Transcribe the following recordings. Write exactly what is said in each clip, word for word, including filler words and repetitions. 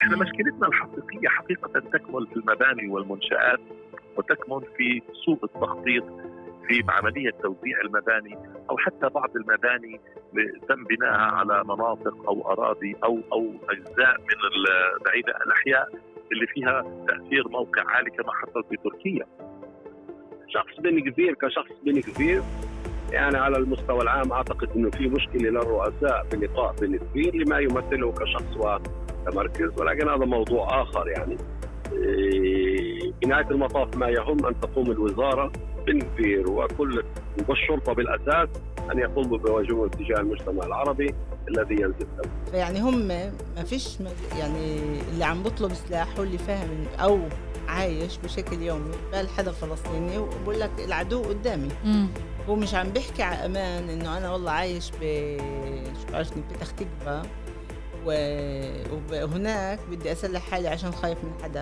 احنا مشكلتنا الحقيقية حقيقة تكمن في المباني والمنشآت، وتكمن في سوء التخطيط في عملية توزيع المباني، أو حتى بعض المباني تم بناءها على مناطق أو أراضي أو أو أجزاء من بعيدة الأحياء اللي فيها تأثير موقع عالي كما حصل في تركيا. شخص بن كبير كشخص بن كبير يعني على المستوى العام أعتقد أنه في مشكلة للرؤساء في لقاء بن كبير لما يمثله كشخص وكمركز، ولكن هذا موضوع آخر. يعني في نهاية المطاف ما يهم أن تقوم الوزارة بن كبير وكل والشرطة بالأساس أن يقوموا بواجبهم تجاه المجتمع العربي الذي ينزل له. يعني هم ما فيش يعني اللي عم بطلب سلاح واللي فاهم أو عايش بشكل يومي بال حدا فلسطيني وبقول لك العدو قدامي. مم. هو مش عم بيحكي على أمان إنه أنا والله عايش ب شو عارفني بتخ تكبة وهناك بدي أسلح حالي عشان خايف من حدا.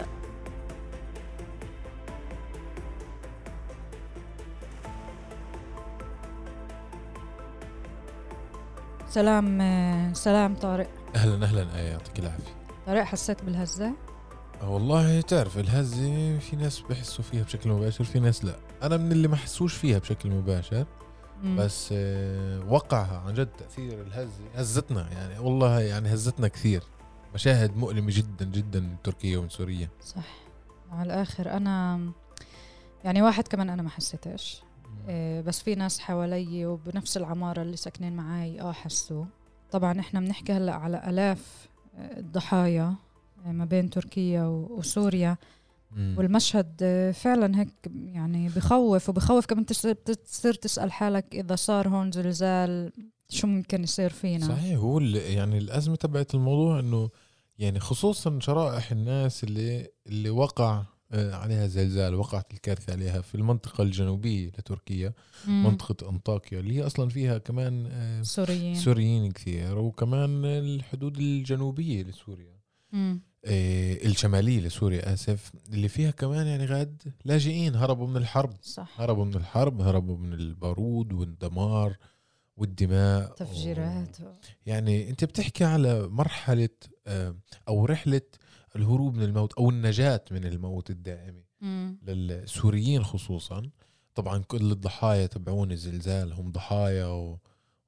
سلام سلام طارق. أهلا أهلا آية يعطيك العافية. طارق حسيت بالهزة؟ والله تعرف الهزة في ناس بحسوا فيها بشكل مباشر في ناس لا، أنا من اللي ما حسوش فيها بشكل مباشر. مم. بس وقعها عن جد تأثير الهزة هزتنا يعني والله يعني هزتنا كثير. مشاهد مؤلمة جدا جدا من تركيا ومن سوريا. صح على الآخر. أنا يعني واحد كمان أنا ما حسيتش، بس في ناس حوالي وبنفس العمارة اللي ساكنين معاي اه حسوا. طبعا احنا بنحكي هلأ على آلاف الضحايا ما بين تركيا وسوريا. مم. والمشهد فعلا هيك يعني بخوف وبخوف كمان تصير تسأل حالك إذا صار هون زلزال شو ممكن يصير فينا. صحيح. هو يعني الأزمة تبعت الموضوع إنه يعني خصوصا شرائح الناس اللي اللي وقع عليها زلزال، وقعت الكارثة عليها في المنطقة الجنوبية لتركيا. مم. منطقة أنطاكيا اللي هي أصلا فيها كمان سوريين سوريين كثير، وكمان الحدود الجنوبية لسوريا آه الشمالية لسوريا آسف، اللي فيها كمان يعني غاد لاجئين هربوا من الحرب. صح. هربوا من الحرب، هربوا من البارود والدمار والدماء تفجيرات و... يعني أنت بتحكي على مرحلة آه أو رحلة الهروب من الموت أو النجاة من الموت الدائمي. مم. للسوريين خصوصا. طبعا كل الضحايا تبعون الزلزال هم ضحايا و...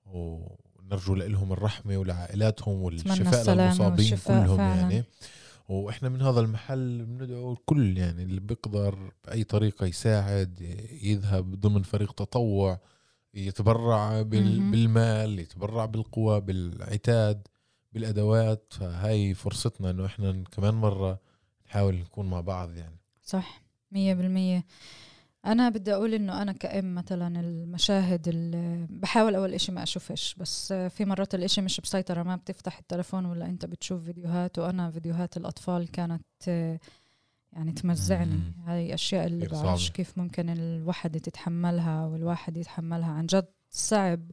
ونرجو لهم الرحمة ولعائلاتهم والشفاء للمصابين كلهم فعلا. يعني وإحنا من هذا المحل بندعو الكل يعني اللي بيقدر بأي طريقة يساعد، يذهب ضمن فريق تطوع، يتبرع بال... بالمال، يتبرع بالقوة، بالعتاد، بالأدوات. فهاي فرصتنا إنه إحنا كمان مرة نحاول نكون مع بعض يعني. صح مية بالمية. أنا بدي أقول إنه أنا كأم مثلا المشاهد اللي بحاول أول إشي ما أشوفش، بس في مرات الإشي مش بسيطرة، ما بتفتح التلفون ولا أنت بتشوف فيديوهات، وأنا فيديوهات الأطفال كانت يعني تمزعني. هاي أشياء اللي بعرفش كيف ممكن الواحد تتحملها والواحد يتحملها، عن جد صعب.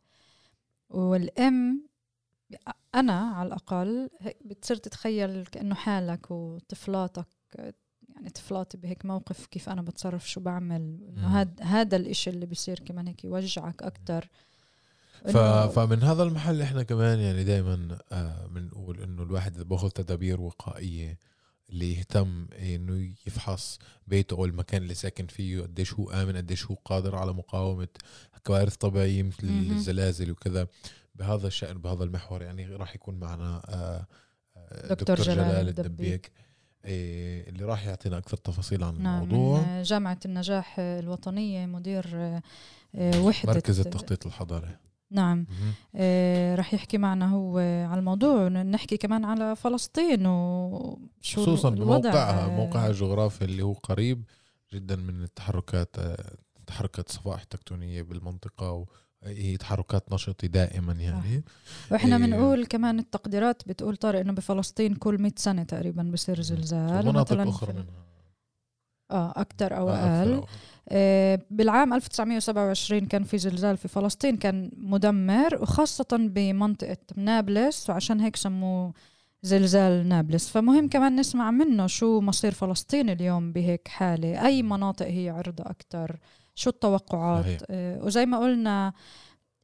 والأم أنا على الأقل بتصير تتخيل كأنه حالك وطفلاتك يعني طفلاتي بهيك موقف كيف أنا بتصرف شو بعمل. هذا هذا الإشي اللي بيصير كمان هيك يوجعك أكتر. ف... فمن هذا المحل إحنا كمان يعني دايما آه بنقول إنه الواحد إذا بأخذ تدابير وقائية، اللي يهتم إنه يفحص بيته أو المكان اللي ساكن فيه قديش هو آمن، قديش هو قادر على مقاومة كوارث طبيعية مثل م- الزلازل وكذا. بهذا الشأن بهذا المحور يعني راح يكون معنا آه دكتور, دكتور جلال, جلال الدبيك اللي راح يعطينا أكثر تفاصيل عن نعم الموضوع. من جامعة النجاح الوطنية، مدير وحدة مركز التخطيط الحضاري. نعم. آه رح يحكي معنا هو على الموضوع، ونحكي كمان على فلسطين وشو خصوصا موقعها موقعها الجغرافي اللي هو قريب جدا من التحركات تحركات صفائح تكتونية بالمنطقة، وهي تحركات نشطة دائما يعني. واحنا بنقول إيه كمان التقديرات بتقول طارق انه بفلسطين كل مئة سنة تقريبا بصير زلزال، ومناطق اخرى منها اه اكثر او اقل. آه بالعام ألف وتسعمية وسبعة وعشرين كان في زلزال في فلسطين كان مدمر، وخاصة بمنطقة نابلس، وعشان هيك سموه زلزال نابلس. فمهم كمان نسمع منه شو مصير فلسطين اليوم بهيك حالة، أي مناطق هي عرضة أكتر، شو التوقعات. آه وزي ما قلنا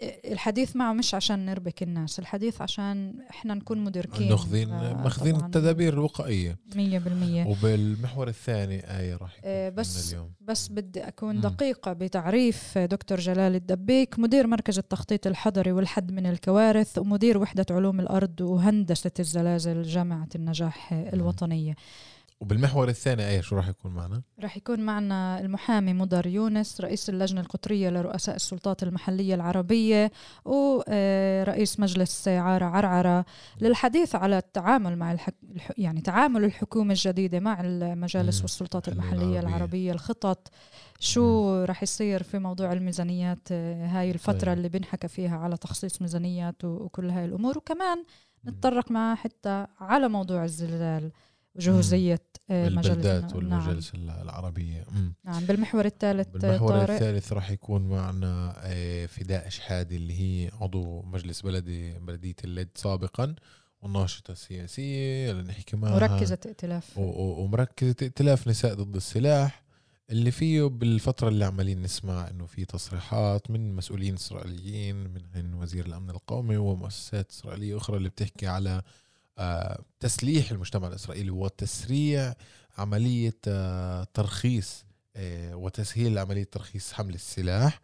الحديث معه مش عشان نربك الناس، الحديث عشان احنا نكون مدركين ناخذين ماخذين التدابير الوقائية مية بالمية. وبالمحور الثاني آية راح آه بس اليوم. بس بدي أكون م. دقيقة بتعريف دكتور جلال الدبيك، مدير مركز التخطيط الحضري والحد من الكوارث ومدير وحدة علوم الأرض وهندسة الزلازل جامعة النجاح الوطنية. وبالمحور الثاني ايه شو راح يكون معنا؟ راح يكون معنا المحامي مضر يونس رئيس اللجنة القطرية لرؤساء السلطات المحلية العربية ورئيس مجلس عارة عرعرة للحديث على التعامل مع الحك... يعني تعامل الحكومة الجديدة مع المجالس مم. والسلطات المحلية العربية. العربية الخطط شو راح يصير في موضوع الميزانيات هاي الفترة طيب. اللي بنحكى فيها على تخصيص ميزانيات وكل هاي الأمور، وكمان نتطرق معها حتى على موضوع الزلزال وجهوزية البلدات والمجالس نعم. العربية. مم. نعم. بالمحور الثالث بالمحور طارق. الثالث راح يكون معنا فداء شحادي اللي هي عضو مجلس بلدي بلدية اللد سابقا والناشطة السياسية اللي نحكي معها مركزة ائتلاف ومركزة ائتلاف نساء ضد السلاح، اللي فيه بالفترة اللي عمالين نسمع انه في تصريحات من مسؤولين اسرائيليين منهم وزير الامن القومي ومؤسسات اسرائيلية اخرى اللي بتحكي على آه تسليح المجتمع الإسرائيلي وتسريع عملية آه ترخيص آه وتسهيل عملية ترخيص حمل السلاح.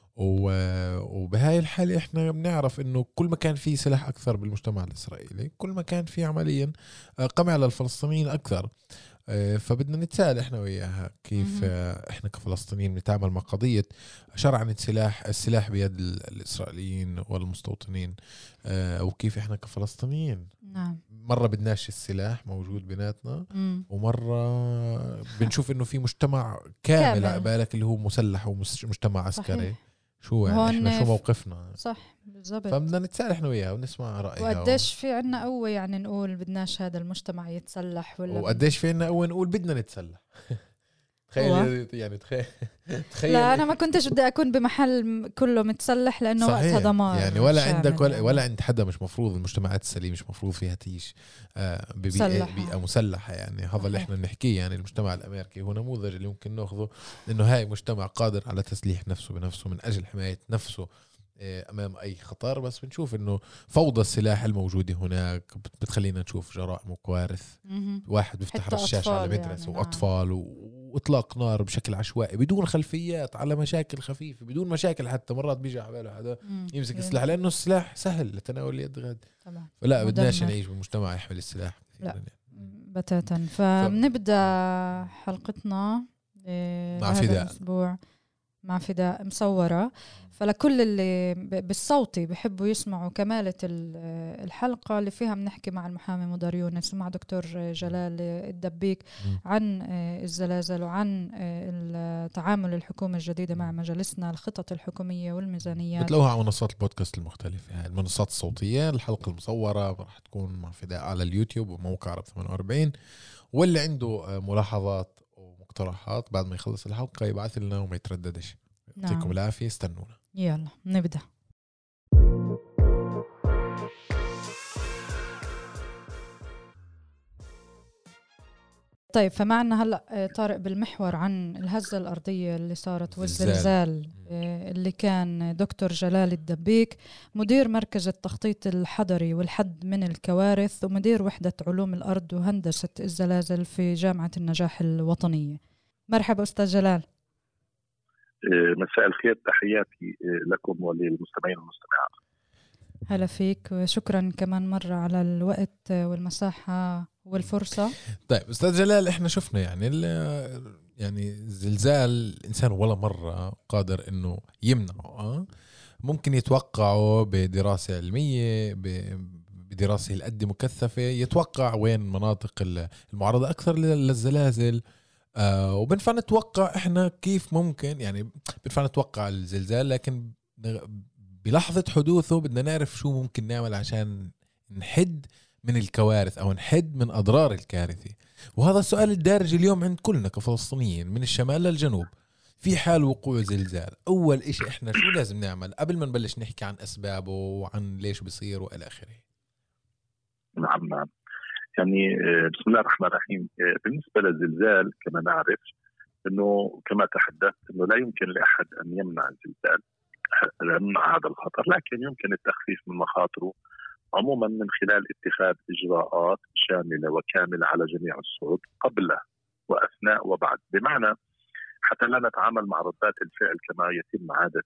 وبهاي الحالة احنا بنعرف انه كل ما كان في سلاح اكثر بالمجتمع الإسرائيلي كل ما كان في عمليا آه قمع للفلسطينيين اكثر. فبدنا نتساءل احنا وياها كيف احنا كفلسطينيين نتعامل مع قضية شرعنة سلاح السلاح بيد الإسرائيليين والمستوطنين، وكيف احنا كفلسطينيين نعم. مرة بدناش السلاح موجود بيناتنا ومرة بنشوف انه في مجتمع كامل عقبالك اللي هو مسلح ومجتمع عسكري. صحيح. شو يعني احنا شو موقفنا؟ صح بالضبط. فبدنا نتساءل احنا وياها ونسمع رأيها وقديش في عنا قوة يعني نقول بدناش هذا المجتمع يتسلح ولا وقديش في عنا قوة نقول بدنا نتسلح. تخيل يعني تخيل تخيل لا انا ما كنتش بدي اكون بمحل كله متسلح لانه وقتها دمار يعني ولا عندك ولا, ولا عند حدا مش مفروض المجتمعات السليمة مش مفروض فيها تعيش آه ببيئة بيئة مسلحة يعني هذا اللي احنا نحكيه. يعني المجتمع الامريكي هو نموذج اللي ممكن ناخذه انه هاي مجتمع قادر على تسليح نفسه بنفسه من اجل حماية نفسه امام اي خطر. بس بنشوف انه فوضى السلاح الموجوده هناك بتخلينا نشوف جرائم وكوارث. واحد بيفتح رشاش على مدرسه يعني واطفال نعم. واطلاق نار بشكل عشوائي بدون خلفيات على مشاكل خفيفه بدون مشاكل. حتى مرات بيجي على باله هذا يمسك السلاح لانه السلاح سهل لتناول اليد غد. فلا بدناش نعيش بمجتمع يحمل السلاح لا يعني. بتاتا. فبنبدا حلقتنا مع فداء الاسبوع مع فداء مصورة. فلكل اللي بالصوتي بحبوا يسمعوا كمالة الحلقة اللي فيها بنحكي مع المحامي مضر يونس ومع دكتور جلال الدبيك عن الزلازل وعن التعامل الحكومة الجديدة مع مجالسنا الخطط الحكومية والميزانيات. بتلاقوها على منصات البودكاست المختلفة يعني المنصات الصوتية. الحلقة المصورة راح تكون مع فداء على اليوتيوب وموقع عرب ثمانية وأربعين. واللي عنده ملاحظات مقترحات بعد ما يخلص الحلقة يبعث لنا وما يترددش. يعطيكم نعم. العافية استنونا. يلا نبدأ. طيب فمعنا هلأ طارق بالمحور عن الهزة الأرضية اللي صارت والزلزال اللي كان دكتور جلال الدبيك مدير مركز التخطيط الحضري والحد من الكوارث ومدير وحدة علوم الأرض وهندسة الزلازل في جامعة النجاح الوطنية. مرحبا أستاذ جلال. مساء الخير، تحياتي لكم وللمستمعين والمستمعات. هلا فيك وشكرا كمان مرة على الوقت والمساحة والفرصة. طيب أستاذ جلال احنا شفنا يعني يعني الزلزال الإنسان ولا مرة قادر إنه يمنعه. ممكن يتوقعه بدراسة علمية بدراسة القد مكثفة يتوقع وين مناطق المعرضة أكثر للزلازل. آه وبنفع نتوقع احنا كيف ممكن يعني بنفع نتوقع الزلزال لكن بلحظة حدوثه بدنا نعرف شو ممكن نعمل عشان نحد من الكوارث او نحد من اضرار الكارثة. وهذا السؤال الدارج اليوم عند كلنا كفلسطينيين من الشمال للجنوب. في حال وقوع زلزال اول اشي احنا شو لازم نعمل قبل ما نبلش نحكي عن اسبابه وعن ليش بيصير والى اخره؟ نعم نعم يعني بسم الله الرحمن الرحيم. بالنسبة للزلزال كما نعرف أنه كما تحدثت أنه لا يمكن لأحد أن يمنع الزلزال هذا الخطر، لكن يمكن التخفيف من مخاطره عموما من خلال اتخاذ إجراءات شاملة وكاملة على جميع الصعود قبل وأثناء وبعد، بمعنى حتى لا نتعامل مع ردات الفعل كما يتم عادة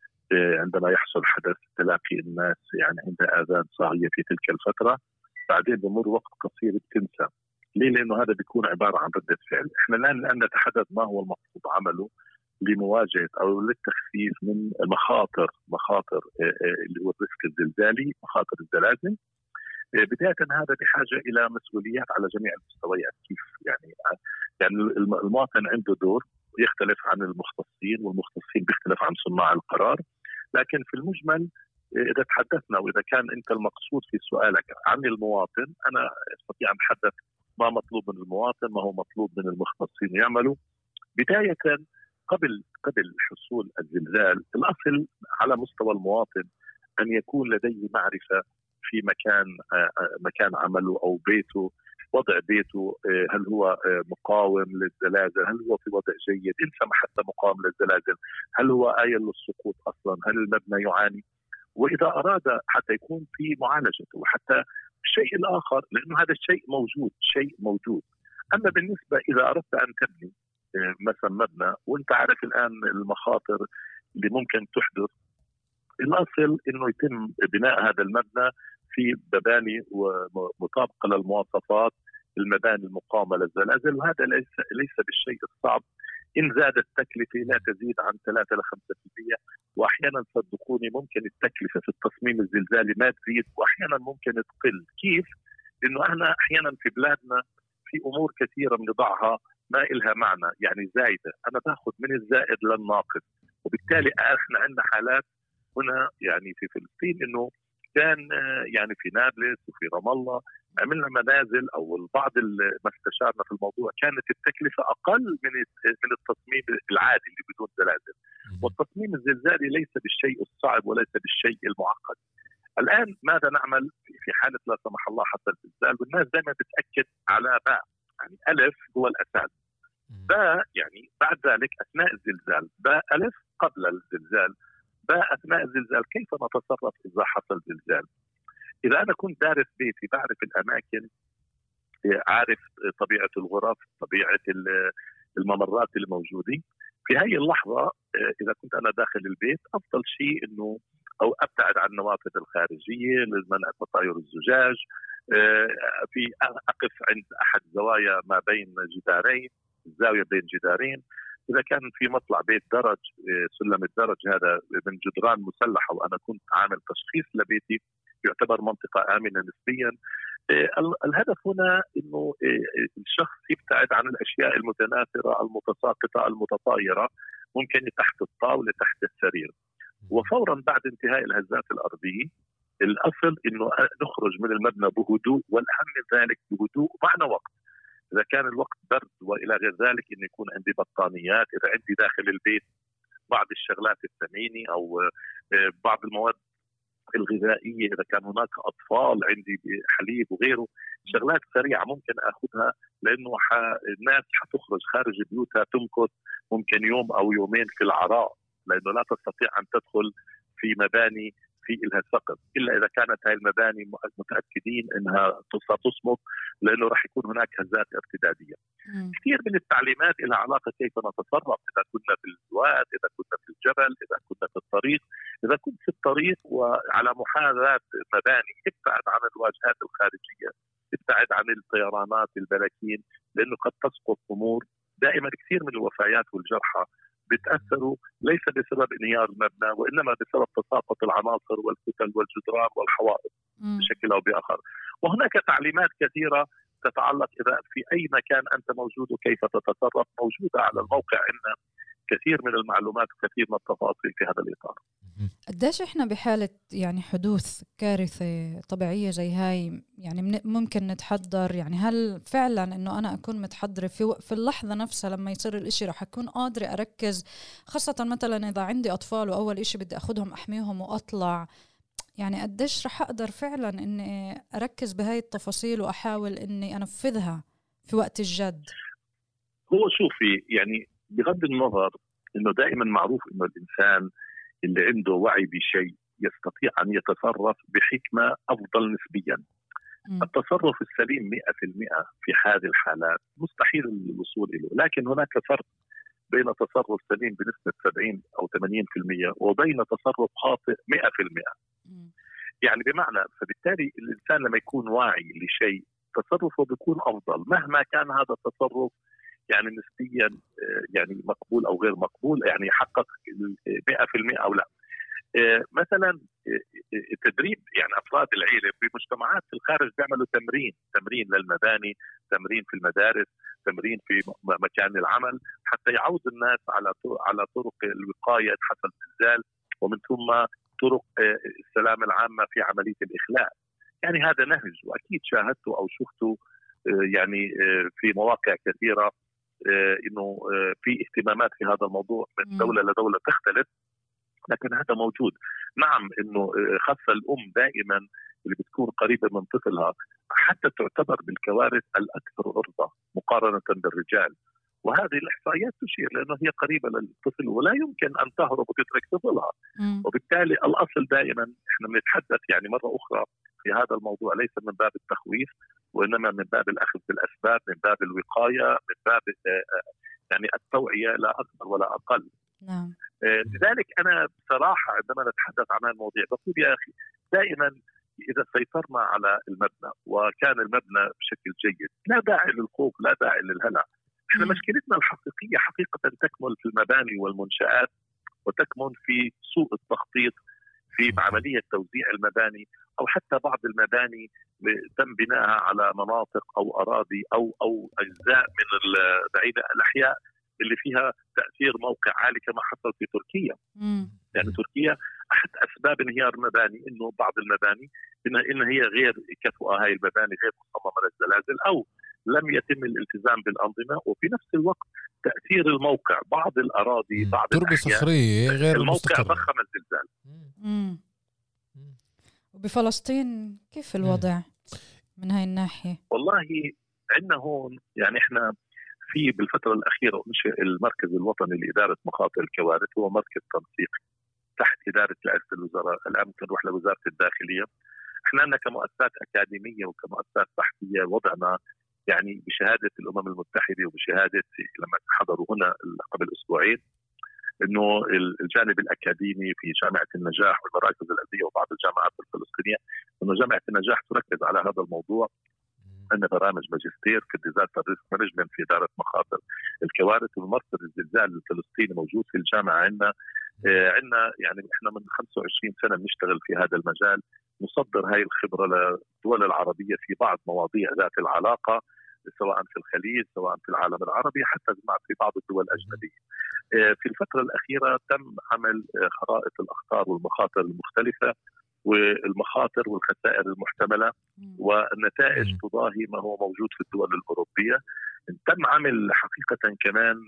عندما يحصل حدث، تلاقي الناس يعني عندها آذان صاغية في تلك الفترة، بعدين بمر وقت قصير بتنسى. ليه؟ لأنه هذا بيكون عبارة عن ردة فعل. احنا الآن الآن نتحدث ما هو المقصود عمله لمواجهة أو للتخفيف من مخاطر مخاطر اللي هو الريسك الزلزالي، مخاطر الزلازل. بداية هذا بحاجة إلى مسؤوليات على جميع المستويات. كيف يعني؟ يعني المواطن عنده دور يختلف عن المختصين، والمختصين بيختلف عن صناع القرار، لكن في المجمل إذا تحدثنا وإذا كان أنت المقصود في سؤالك عن المواطن، أنا أستطيع أن أتحدث ما مطلوب من المواطن، ما هو مطلوب من المختصين يعملوا. بداية قبل قبل حصول الزلزال، الأصل على مستوى المواطن أن يكون لديه معرفة في مكان مكان عمله أو بيته، وضع بيته، هل هو مقاوم للزلازل، هل هو في وضع جيد، إن سمح حتى مقاوم للزلازل، هل هو آيل للسقوط أصلا، هل المبنى يعاني، وإذا أراد حتى يكون في معالجته، وحتى الشيء الآخر لأنه هذا الشيء موجود شيء موجود. أما بالنسبة إذا أردت أن تبني مثلا مبنى وأنت عارف الآن المخاطر اللي ممكن تحدث، الأصل إنه يتم بناء هذا المبنى في مباني ومطابقة للمواصفات المباني المقاومة للزلازل، وهذا ليس ليس بالشيء الصعب. إن زادت التكلفة لا تزيد عن ثلاثة إلى خمسة بالمئة، وأحيانا صدقوني ممكن التكلفة في التصميم الزلزالي ما تزيد، وأحيانا ممكن تقل. كيف؟ لأنه احنا أحيانا في بلادنا في أمور كثيرة بنضعها ما إلها معنى، يعني زايدة، أنا باخذ من الزائد للناقص، وبالتالي احنا عندنا حالات هنا يعني في فلسطين إنه كان يعني في نابلس وفي رام الله عملنا منازل او البعض ما استشارنا في الموضوع كانت التكلفه اقل من من التصميم العادي اللي بدون زلازل. والتصميم الزلزالي ليس بالشيء الصعب وليس بالشيء المعقد. الان ماذا نعمل في حاله لا سمح الله حصل زلزال؟ والناس دائما بتاكد على باء، يعني الف هو الاساس، باء يعني بعد ذلك اثناء الزلزال، باء الف قبل الزلزال، باء اثناء الزلزال. كيف نتصرف اذا حصل زلزال؟ إذا أنا كنت دارس بيتي، بعرف الأماكن، عارف طبيعة الغرف، طبيعة الممرات الموجودة في هاي اللحظة، إذا كنت أنا داخل البيت أفضل شيء إنه أو أبتعد عن النوافذ الخارجية لمنع تطاير الزجاج، في أقف عند أحد زوايا ما بين جدارين، الزاوية بين جدارين. إذا كان في مطلع بيت درج، سلم الدرج هذا من جدران مسلحة وأنا كنت عامل تشخيص لبيتي، يعتبر منطقة آمنة نسبيا. الهدف هنا إنه الشخص يبتعد عن الأشياء المتناثرة المتساقطة المتطايرة، ممكن تحت الطاولة تحت السرير. وفورا بعد انتهاء الهزات الأرضية الأصل إنه نخرج من المبنى بهدوء، والأهم من ذلك بهدوء معنا وقت. إذا كان الوقت برد وإلى غير ذلك إن يكون عندي بطانيات، إذا عندي داخل البيت بعض الشغلات الثمينة أو بعض المواد الغذائية، إذا كان هناك أطفال عندي حليب وغيره، شغلات سريعة ممكن أخذها، لأنه الناس حتخرج خارج بيوتها تمكث ممكن يوم أو يومين في العراء، لأنه لا تستطيع أن تدخل في مباني في إلها سقف إلا إذا كانت هاي المباني متأكدين أنها ستصمد، لأنه راح يكون هناك هزات ارتدادية. مم. كثير من التعليمات لها علاقة كيف نتصرف إذا كنا في الواد، إذا كنا في الجبل، إذا كنا في الطريق. إذا كنت في الطريق وعلى محاذاة مباني، ابتعد عن الواجهات الخارجية، ابتعد عن الطيرانات البلاكين، لأنه قد تسقط أمور. دائما كثير من الوفيات والجرحى بتأثروا ليس بسبب انهيار المبنى، وإنما بسبب تساقط العناصر والكتل والجدران والحوائط م. بشكل أو بآخر. وهناك تعليمات كثيرة تتعلق إذا في أي مكان أنت موجود وكيف تتصرف، موجودة على الموقع. إن كثير من المعلومات وكثير من التفاصيل في هذا الإطار. قديش إحنا بحالة يعني حدوث كارثة طبيعية زي هاي يعني ممكن نتحضر؟ يعني هل فعلا إنه أنا أكون متحضرة في في اللحظة نفسها لما يصير الإشي رح أكون قادرة أركز، خاصة مثلا إذا عندي أطفال وأول إشي بدي أخذهم أحميهم وأطلع؟ يعني قديش رح أقدر فعلا إني أركز بهاي التفاصيل وأحاول إني أنفذها في وقت الجد؟ هو شوفي يعني بغض النظر إنه دائما معروف إنه الإنسان اللي عنده وعي بشيء يستطيع أن يتصرف بحكمة أفضل نسبيا. م. التصرف السليم مئة بالمئة في هذه الحالات مستحيل الوصول إليه، لكن هناك فرق بين تصرف سليم بنسبة سبعين أو ثمانين بالمئة وبين تصرف خاطئ مئة بالمئة. م. يعني بمعنى فبالتالي الإنسان لما يكون واعي لشيء تصرفه بيكون أفضل مهما كان هذا التصرف يعني نسبيا يعني مقبول أو غير مقبول، يعني يحقق مئة بالمئة أو لا. مثلا تدريب يعني أفراد العيلة في مجتمعات في الخارج بيعملوا تمرين تمرين للمباني، تمرين في المدارس، تمرين في مكان العمل، حتى يعود الناس على على طرق الوقاية حتى الزلزال، ومن ثم طرق السلامة العامة في عملية الإخلاء. يعني هذا نهج، وأكيد شاهدته أو شفته يعني في مواقع كثيرة إنه في اهتمامات في هذا الموضوع من دولة لدولة تختلف، لكن هذا موجود. نعم إنه خاصة الأم دائما اللي بتكون قريبة من طفلها حتى تعتبر بالكوارث الأكثر عرضة مقارنة بالرجال، وهذه الإحصائيات تشير لأنه هي قريبة للطفل ولا يمكن أن تهرب وتترك طفلها. م. وبالتالي الأصل دائما إحنا بنتحدث يعني مرة أخرى في هذا الموضوع ليس من باب التخويف، وإنما من باب الأخذ بالأسباب، من باب الوقاية، من باب يعني التوعية لا أكثر ولا أقل. نعم. لذلك أنا بصراحة عندما نتحدث عن هذا الموضوع بقول يا أخي دائما إذا سيطرنا على المبنى وكان المبنى بشكل جيد لا داعي للخوف، لا داعي للهلع. احنا مشكلتنا الحقيقية حقيقة تكمن في المباني والمنشآت، وتكمن في سوء التخطيط في عملية توزيع المباني، أو حتى بعض المباني تم بناءها على مناطق أو أراضي أو أو أجزاء من بعيدة الأحياء اللي فيها تأثير موقع عالي كما حصل في تركيا. مم. يعني تركيا أحد أسباب انهيار المباني إنه بعض المباني إن هي غير كفؤة، هاي المباني غير مصممة للزلازل أو لم يتم الالتزام بالأنظمة، وفي نفس الوقت تأثير الموقع بعض الأراضي مم. بعض تربة صخرية غير الموقع ضخم الزلزال. مم. وبفلسطين كيف الوضع مم. من هاي الناحية؟ والله عندنا هون يعني إحنا في بالفترة الأخيرة مش المركز الوطني لإدارة مخاطر الكوارث، هو مركز تنسيق تحت إدارة رئاسة الوزراء، الآن تروح لوزارة الداخلية. إحنا عندنا كمؤسسات أكاديمية وكمؤسسات بحثية وضعنا يعني بشهادة الأمم المتحدة وبشهادة لما حضروا هنا قبل أسبوعين إنه الجانب الأكاديمي في جامعة النجاح والمراكز العلمية وبعض الجامعات الفلسطينية إنه جامعة النجاح تركز على هذا الموضوع. عندنا برامج ماجستير في ديزاستر ريسك مانجمنت في إدارة مخاطر الكوارث، والمركز الزلزال الفلسطيني موجود في الجامعة عندنا. آه عندنا يعني احنا من خمسة وعشرين سنة بنشتغل في هذا المجال، نصدر هاي الخبرة للدول العربية في بعض مواضيع ذات العلاقة سواء في الخليج سواء في العالم العربي حتى في بعض الدول الأجنبية. آه في الفترة الأخيرة تم عمل آه خرائط الأخطار والمخاطر المختلفة والمخاطر والخسائر المحتملة، والنتائج تضاهي ما هو موجود في الدول الأوروبية. تم عمل حقيقة كمان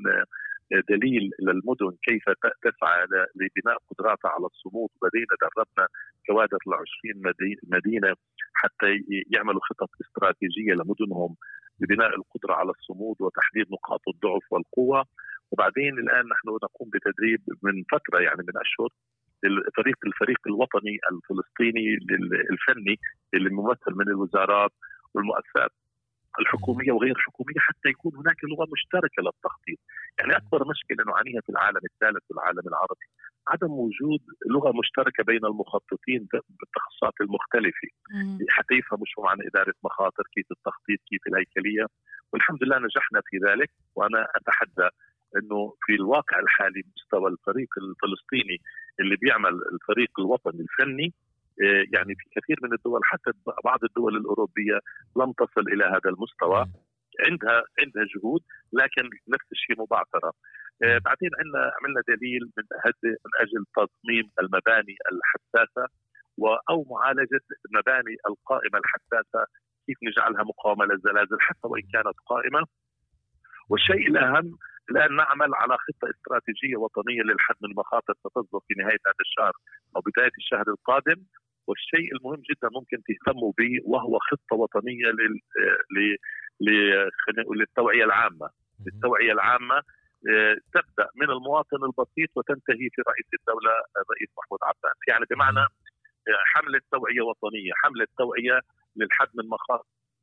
دليل للمدن كيف تسعى لبناء قدراتها على الصمود، وبدينا دربنا كوادر لعشرين مدينة حتى يعملوا خطط استراتيجية لمدنهم لبناء القدرة على الصمود وتحديد نقاط الضعف والقوة. وبعدين الآن نحن نقوم بتدريب من فترة يعني من أشهر الفريق الفريق الوطني الفلسطيني الفني اللي ممثل من الوزارات والمؤسسات الحكومية وغير حكومية حتى يكون هناك لغة مشتركة للتخطيط. يعني أكبر مشكلة نعانيها في العالم الثالث والعالم العربي عدم وجود لغة مشتركة بين المخططين بالتخصصات المختلفة حتى يفهموا شو معنى إدارة مخاطر، كيف التخطيط، كيف الهيكلية. والحمد لله نجحنا في ذلك. وأنا أتحدى أنه في الواقع الحالي مستوى الفريق الفلسطيني اللي بيعمل الفريق الوطني الفني يعني في كثير من الدول حتى بعض الدول الأوروبية لم تصل إلى هذا المستوى. عندها عندها جهود لكن نفس الشيء مبعثرة. بعدين عندنا عملنا دليل من من أجل تصميم المباني الحساسة أو معالجة المباني القائمة الحساسة، كيف نجعلها مقاومة للزلازل حتى وإن كانت قائمة. والشيء الأهم الآن نعمل على خطة استراتيجية وطنية للحد من المخاطر ستصدر في نهاية هذا الشهر أو بداية الشهر القادم. والشيء المهم جدا ممكن تهتموا به وهو خطة وطنية لل... لل... للتوعية العامة. للتوعية العامة تبدأ من المواطن البسيط وتنتهي في رئيس الدولة الرئيس محمود عباس. يعني بمعنى حملة توعية وطنية، حملة توعية للحد من مخاطر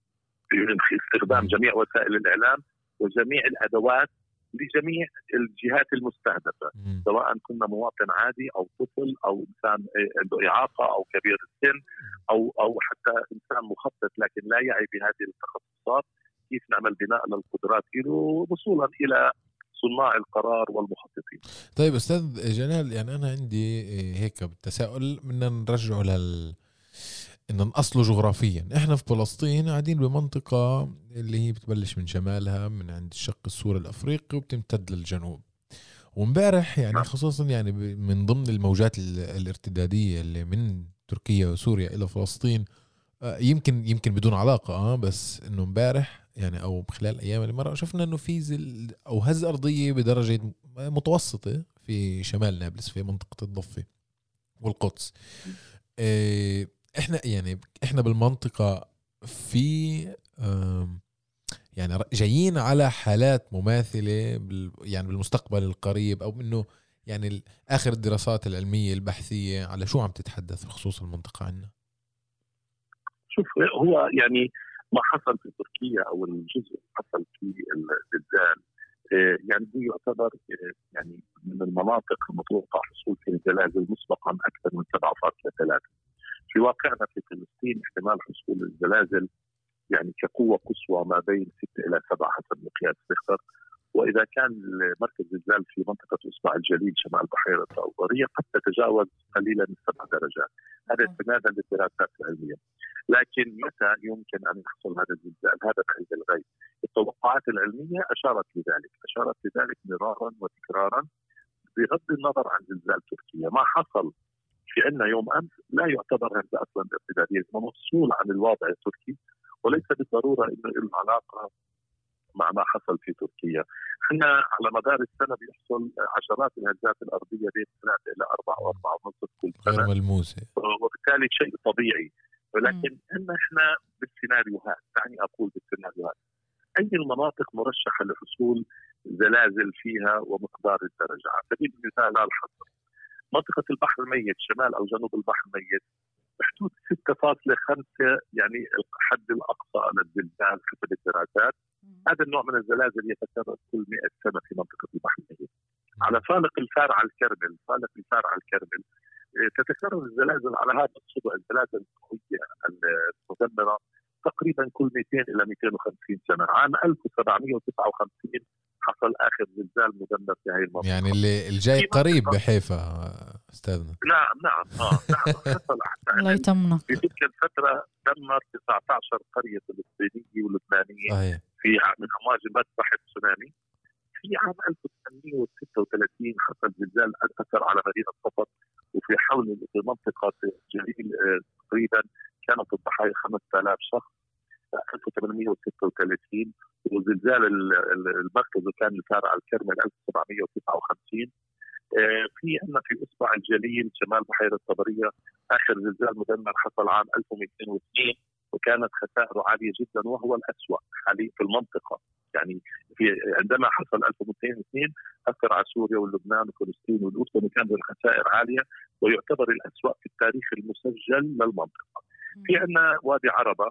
استخدام جميع وسائل الإعلام وجميع الأدوات لجميع الجهات المستهدفة، سواء كنا مواطن عادي أو طفل أو إنسان عنده إعاقة أو كبير السن أو أو حتى إنسان مخطط لكن لا يعي بهذه التخصصات، كيف نعمل بناء للقدرات له وصولا إلى صناع القرار والمخططين. طيب أستاذ جلال، يعني أنا عندي هيك بالتساؤل بدنا نرجعه لل إن نأصله جغرافيا. إحنا في فلسطين قاعدين بمنطقة اللي هي بتبلش من شمالها من عند الشق السوري الأفريقي وبتمتد للجنوب. ومبارح يعني خصوصا يعني من ضمن الموجات الارتدادية اللي من تركيا وسوريا إلى فلسطين، يمكن يمكن بدون علاقة اه بس إنه مبارح يعني أو خلال أيام اللي مرة شفنا إنه في زل أو هز أرضية بدرجة متوسطة في شمال نابلس في منطقة الضفة والقدس. إيه احنا يعني احنا بالمنطقة في يعني جايين على حالات مماثلة يعني بالمستقبل القريب، او انه يعني اخر الدراسات العلمية البحثية على شو عم تتحدث بخصوص المنطقة عنا؟ شوف، هو يعني ما حصل في تركيا او الجزء اللي حصل في الزلزال يعني هو يعتبر يعني من المناطق المتوقع حصول فيها زلازل مسبقا اكثر من سبعة فاصلة ثلاثة. في واقعنا في فلسطين احتمال حصول الزلازل يعني كقوة قصوى ما بين ستة إلى سبعة حسب مقياس ريختر، وإذا كان مركز الزلزال في منطقة إصبع الجليل شمال بحيرة الطبرية قد تتجاوز قليلا من سبع درجات. هذا استنادا للدراسات العلمية. لكن متى يمكن أن يحصل هذا الزلزال؟ هذا بعيد الغيب. التوقعات العلمية أشارت لذلك، أشارت لذلك مرارا وتكرارا بغض النظر عن زلزال تركيا. ما حصل في عنا يوم أمس لا يعتبر هذا أصلا ارتدادية، مفصول عن الوضع التركي وليس بالضرورة إنه له علاقة مع ما حصل في تركيا. احنا على مدار السنة بيحصل عشرات الهزات الأرضية بين ثلاثة إلى أربعة وأربعة ونصف كل سنة غير ملموسة، وبالتالي شيء طبيعي. ولكن إن احنا بالسيناريوهات، يعني أقول بالسيناريوهات أي المناطق مرشحة لحصول زلازل فيها ومقدار الدرجة. على سبيل المثال على الحصر منطقة البحر الميت شمال أو جنوب البحر الميت بحدود ستة فاصلة خمسة يعني الحد الأقصى للزلزال حسب الدراسات. هذا النوع من الزلازل يتكرر كل مئة سنة في منطقة البحر الميت. على فالق الفارع الكرمل، فالق الفارع الكرمل تتكرر الزلازل على هذا الصدع، الزلازل القوية المدمرة تقريبا كل مئتين إلى مئتين وخمسين سنة. عام ألف وسبعمئة وتسعة وخمسين حصل آخر زلزال مدمر في هذه المنطقة. يعني اللي الجاي قريب بحيفا أستاذنا. نعم نعم آه نعم حصل الله يطمنك. في تلك الفترة دمر تسعة عشر قرية فلسطينية ولبنانية أيه. في من أمواج المسبح التسونامي. في عام ألف وثمانمئة وستة وثلاثين حصل زلزال أثر على مدينة صفد، وفي حول في منطقة جليل تقريبا كانت الضحايا خمسة آلاف شخص. ألف وثمانمئة وستة وثلاثين وزلزال المركز كان الفارع الكرمل ألف وسبعمئة وتسعة وخمسين. في عندنا في إصبع الجليل شمال بحيرة الطبرية آخر زلزال مدمر حصل عام ألف ومئتين واثنين وكانت خسائره عالية جدا وهو الأسوأ حاليا في المنطقة. يعني في عندما حصل ألف ومئتين واثنين أثر على سوريا ولبنان وفلسطين والأردن وكانت الخسائر عالية ويعتبر الأسوأ في التاريخ المسجل للمنطقة. في عندنا وادي عربة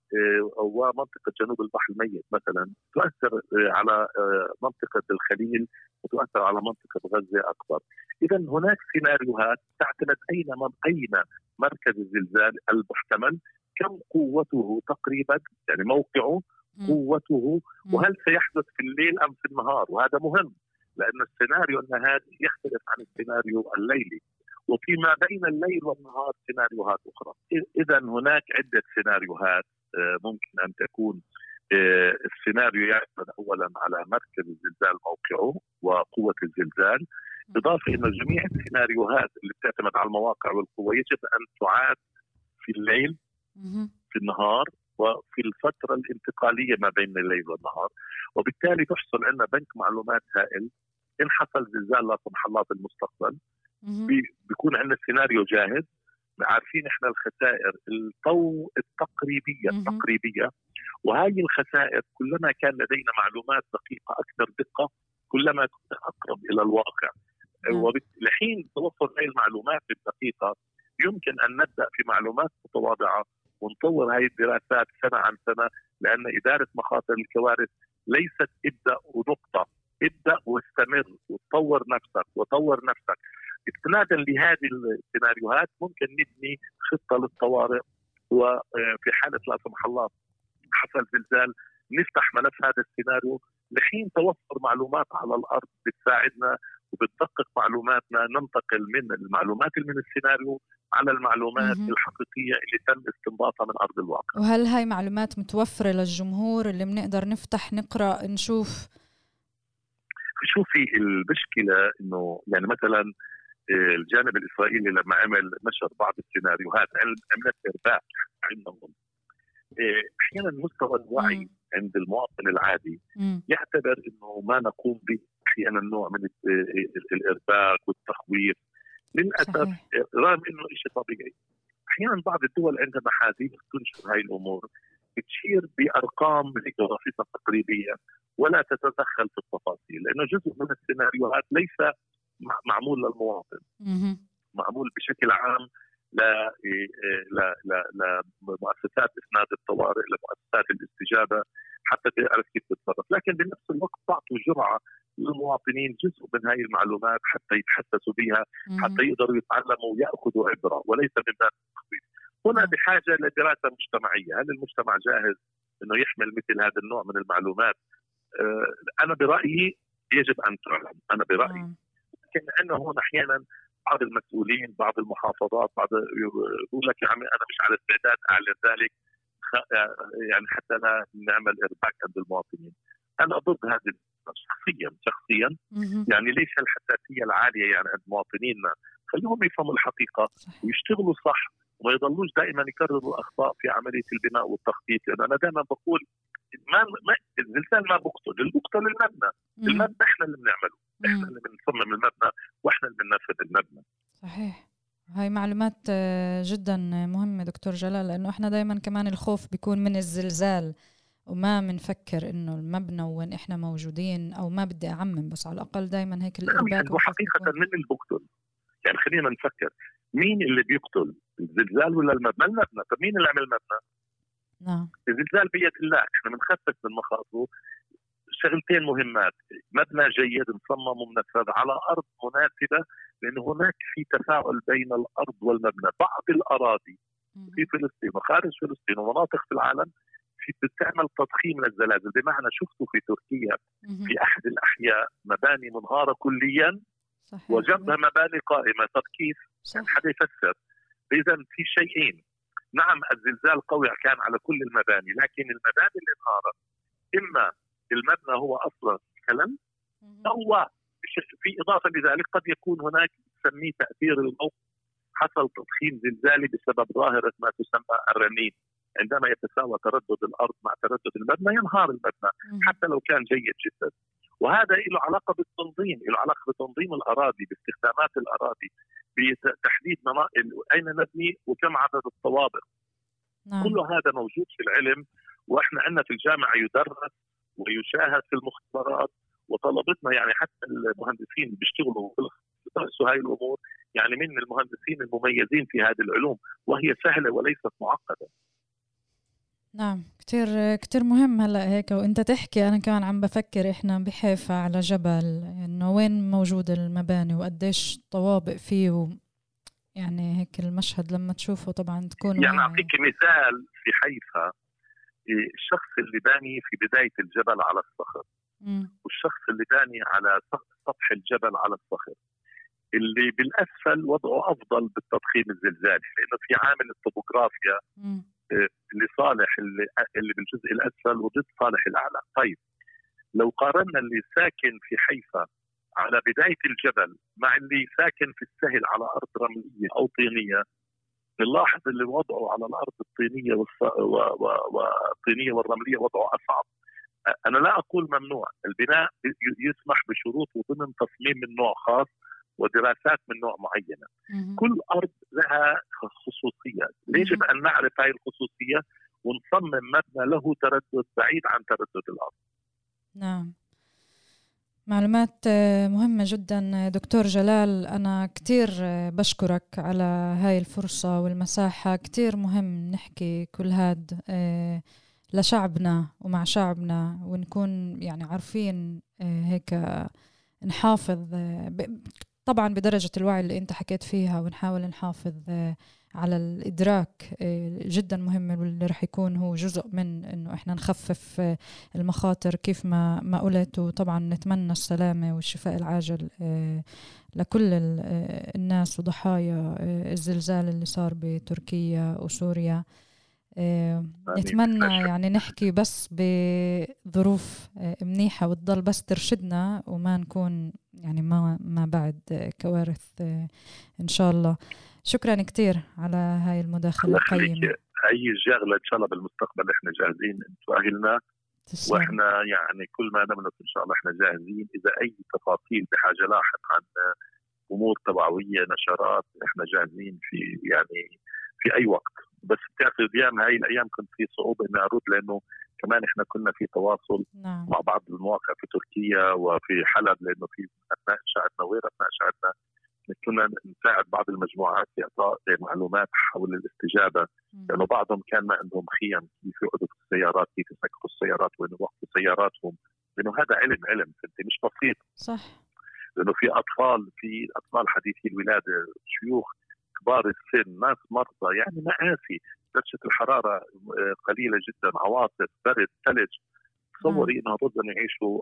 ومنطقة جنوب البحر الميت مثلا تؤثر على منطقة الخليل وتؤثر على منطقة غزة أكبر. إذا هناك سيناريوهات تعتمد أين أين مركز الزلزال المحتمل، كم قوته تقريبا، يعني موقعه قوته، وهل سيحدث في الليل أم في النهار. وهذا مهم لأن السيناريو النهاري يختلف عن السيناريو الليلي، وفيما بين الليل والنهار سيناريوهات أخرى. إذا هناك عدة سيناريوهات ممكن أن تكون. السيناريو يعتمد أولا على مركز الزلزال موقعه وقوة الزلزال، إضافة إلى جميع السيناريوهات اللي بتعتمد على المواقع والقوة يجب أن تعاد في الليل في النهار وفي الفترة الانتقالية ما بين الليل والنهار، وبالتالي تحصل عندنا بنك معلومات هائل. إن حصل زلزال لا سمح الله في المستقبل بيكون عندنا السيناريو جاهز، عارفين احنا الخسائر الطو التقريبية التقريبية وهذه الخسائر كلما كان لدينا معلومات دقيقة أكثر دقة كلما كنت أقرب إلى الواقع. ولحين توفر هذه المعلومات الدقيقة يمكن أن نبدأ في معلومات متواضعة ونطور هذه الدراسات سنة عن سنة، لأن إدارة مخاطر الكوارث ليست ابدأ ونقطة، ابدأ واستمر وتطور نفسك وطور نفسك. استنادا لهذه السيناريوهات ممكن نبني خطة للطوارئ، وفي حالة لا سمح الله حصل زلزال نفتح ملف هذا السيناريو لحين توفر معلومات على الأرض بتساعدنا وبتدقق معلوماتنا، ننتقل من المعلومات من السيناريو على المعلومات م- الحقيقية اللي تم استنباطها من أرض الواقع. وهل هاي معلومات متوفرة للجمهور اللي بنقدر نفتح نقرأ نشوف؟ شوفي المشكلة إنه يعني مثلا الجانب الإسرائيلي لما عمل نشر بعض السيناريوهات عملت إرباك عندهم. أحيانا مستوى الوعي م. عند المواطن العادي م. يعتبر إنه ما نقوم به أحيانا نوع من الإرباك والتخويف للأسف، رغم إنه شيء طبيعي. أحيانا بعض الدول عندها محاذير تنشر هاي الأمور، بتشير بأرقام جغرافية تقريبية ولا تتدخل في التفاصيل، لأنه جزء من السيناريوهات ليس معمول للمواطن، م- معمول بشكل عام لا لا لا لا مؤسسات إسناد الطوارئ، لمؤسسات الاستجابة حتى تعرف كيف تتصرف، لكن بنفس الوقت تعطوا جرعة للمواطنين جزء من هذه المعلومات حتى يتحسسوا بها، حتى يقدروا يتعلموا ويأخذوا عبرة وليس من باب التخويف. هنا بحاجة لدراسة مجتمعية، هل المجتمع جاهز إنه يحمل مثل هذا النوع من المعلومات؟ أنا برأيي يجب أن تعلم، أنا برأيي، لكن أنه هون أحيانا بعض المسؤولين بعض المحافظات بعض يقول لك يا عمي أنا مش على استعداد أعلن ذلك يعني حتى لا نعمل إرباك عند المواطنين. أنا ضد هذه شخصيا شخصيا يعني ليش الحساسية العالية يعني عند مواطنيننا؟ خليهم يفهموا الحقيقة ويشتغلوا صح وما يضلوش دائما يكرروا الأخطاء في عملية البناء والتخطيط. لأن أنا دائما بقول ما ما الزلزال ما بقتل، اللي بقتل المبنى، المبنى احنا اللي بنعمله، احنا اللي بنصمم المبنى واحنا اللي بننفذ المبنى. صحيح. هاي معلومات جدا مهمة دكتور جلال، لأنه احنا دائما كمان الخوف بيكون من الزلزال وما منفكر إنه المبنى وين إحنا موجودين، أو ما بدي أعمم بس على الأقل دائما هيك الإرباك. وحقيقة من اللي بقتل يعني خلينا نفكر مين اللي بيقتل، الزلزال ولا المبنى؟ المبنى. طب مين اللي عمل المبنى؟ نعم. الزلزال بيد الله، احنا بنخفف من مخاطره. شغلتين مهمات، مبنى جيد مصمم ومنفذ على أرض مناسبة، لأن هناك في تفاعل بين الأرض والمبنى. بعض الأراضي في فلسطين وخارج فلسطين ومناطق في العالم في بتعمل تضخيم للزلازل، بمعنى شفتوا في تركيا في أحد الأحياء مباني منهارة كليا صحيح. وجنبها مباني قائمة. طب كيف؟ حدا يفسر. إذا في شيئين، نعم الزلزال قوي كان على كل المباني، لكن المباني اللي انهارت إما المبنى هو أصلا كلام أو في إضافة لذلك قد يكون هناك تسميه تأثير الموت، حصل تضخيم زلزالي بسبب ظاهرة ما تسمى الرنين، عندما يتساوى تردد الأرض مع تردد المبنى ينهار المبنى حتى لو كان جيد جدا. وهذا له علاقة بالتنظيم، له علاقة بتنظيم الأراضي، باستخدامات الأراضي، بتحديد أين نبني وكم عدد الطوابق. نعم. كل هذا موجود في العلم، وإحنا عندنا في الجامعة يدرس ويشاهد في المختبرات، وطلبتنا يعني حتى المهندسين بيشتغلوا يدرسوا هاي الأمور، يعني من المهندسين المميزين في هذه العلوم، وهي سهلة وليست معقدة. نعم، كتير كتير مهم. هلا هيك وانت تحكي انا كمان عم بفكر احنا بحيفا على جبل، انه وين موجود المباني وقديش طوابق فيه و... يعني هيك المشهد لما تشوفه طبعا تكون يعني اعطيك مثال في حيفا، الشخص اللي باني في بداية الجبل على الصخر م. والشخص اللي باني على سطح الجبل على الصخر، اللي بالأسفل وضعه أفضل بالتضخيم الزلزالي، لأنه في عامل الطبوغرافيا م. لصالح اللي, اللي بالجزء الأسفل وضد صالح الأعلى. طيب لو قارنا اللي ساكن في حيفا على بداية الجبل مع اللي ساكن في السهل على أرض رملية أو طينية، نلاحظ اللي وضعه على الأرض الطينية والطينية والرملية وضعه أصعب. أنا لا أقول ممنوع، البناء يسمح بشروط وضمن تصميم من نوع خاص ودراسات من نوع معينة. مم. كل أرض لها خصوصيات، يجب أن نعرف هذه الخصوصية ونصمم مبنى له تردد بعيد عن تردد الأرض. نعم. معلومات مهمة جدا دكتور جلال. أنا كتير بشكرك على هاي الفرصة والمساحة. كتير مهم نحكي كل هاد لشعبنا ومع شعبنا، ونكون يعني عارفين هيك نحافظ طبعا بدرجة الوعي اللي انت حكيت فيها، ونحاول نحافظ على الإدراك جدا مهم، واللي رح يكون هو جزء من إنه إحنا نخفف المخاطر كيف ما ما قلت. وطبعا نتمنى السلامة والشفاء العاجل لكل الناس وضحايا الزلزال اللي صار بتركيا وسوريا. نتمنى يعني نحكي بس بظروف منيحة وتضل بس ترشدنا، وما نكون يعني ما ما بعد كوارث إن شاء الله. شكرا كتير على هاي المداخلة القيمة. أي شغلة إن شاء الله بالمستقبل إحنا جاهزين تؤهلنا، وإحنا يعني كل ما نملك إن شاء الله إحنا جاهزين. إذا أي تفاصيل بحاجة لاحق عن أمور توعوية نشرات إحنا جاهزين في يعني في أي وقت. بس بتعرف الأيام هاي الأيام كنت في صعوبة إني أرد، لأنه كمان إحنا كنا في تواصل نعم. مع بعض المواقع في تركيا وفي حلب، لأنه في أثناء شعبنا وغير أثناء شعبنا كنا نساعد بعض المجموعات في إعطاء معلومات حول الاستجابة، لأنه بعضهم كان ما عندهم خيم كيف يقعدوا في السيارات، كيف يسكروا السيارات وين يوقفوا سياراتهم، لأنه هذا علم علم أنت مش بسيط. صح. لأنه في أطفال في أطفال حديثي الولادة، شيوخ كبار السن، ناس مرضى، يعني مآسي، درجة الحرارة قليلة جدا، عواصف، برد، ثلج. تصوري انه بدهم يعيشوا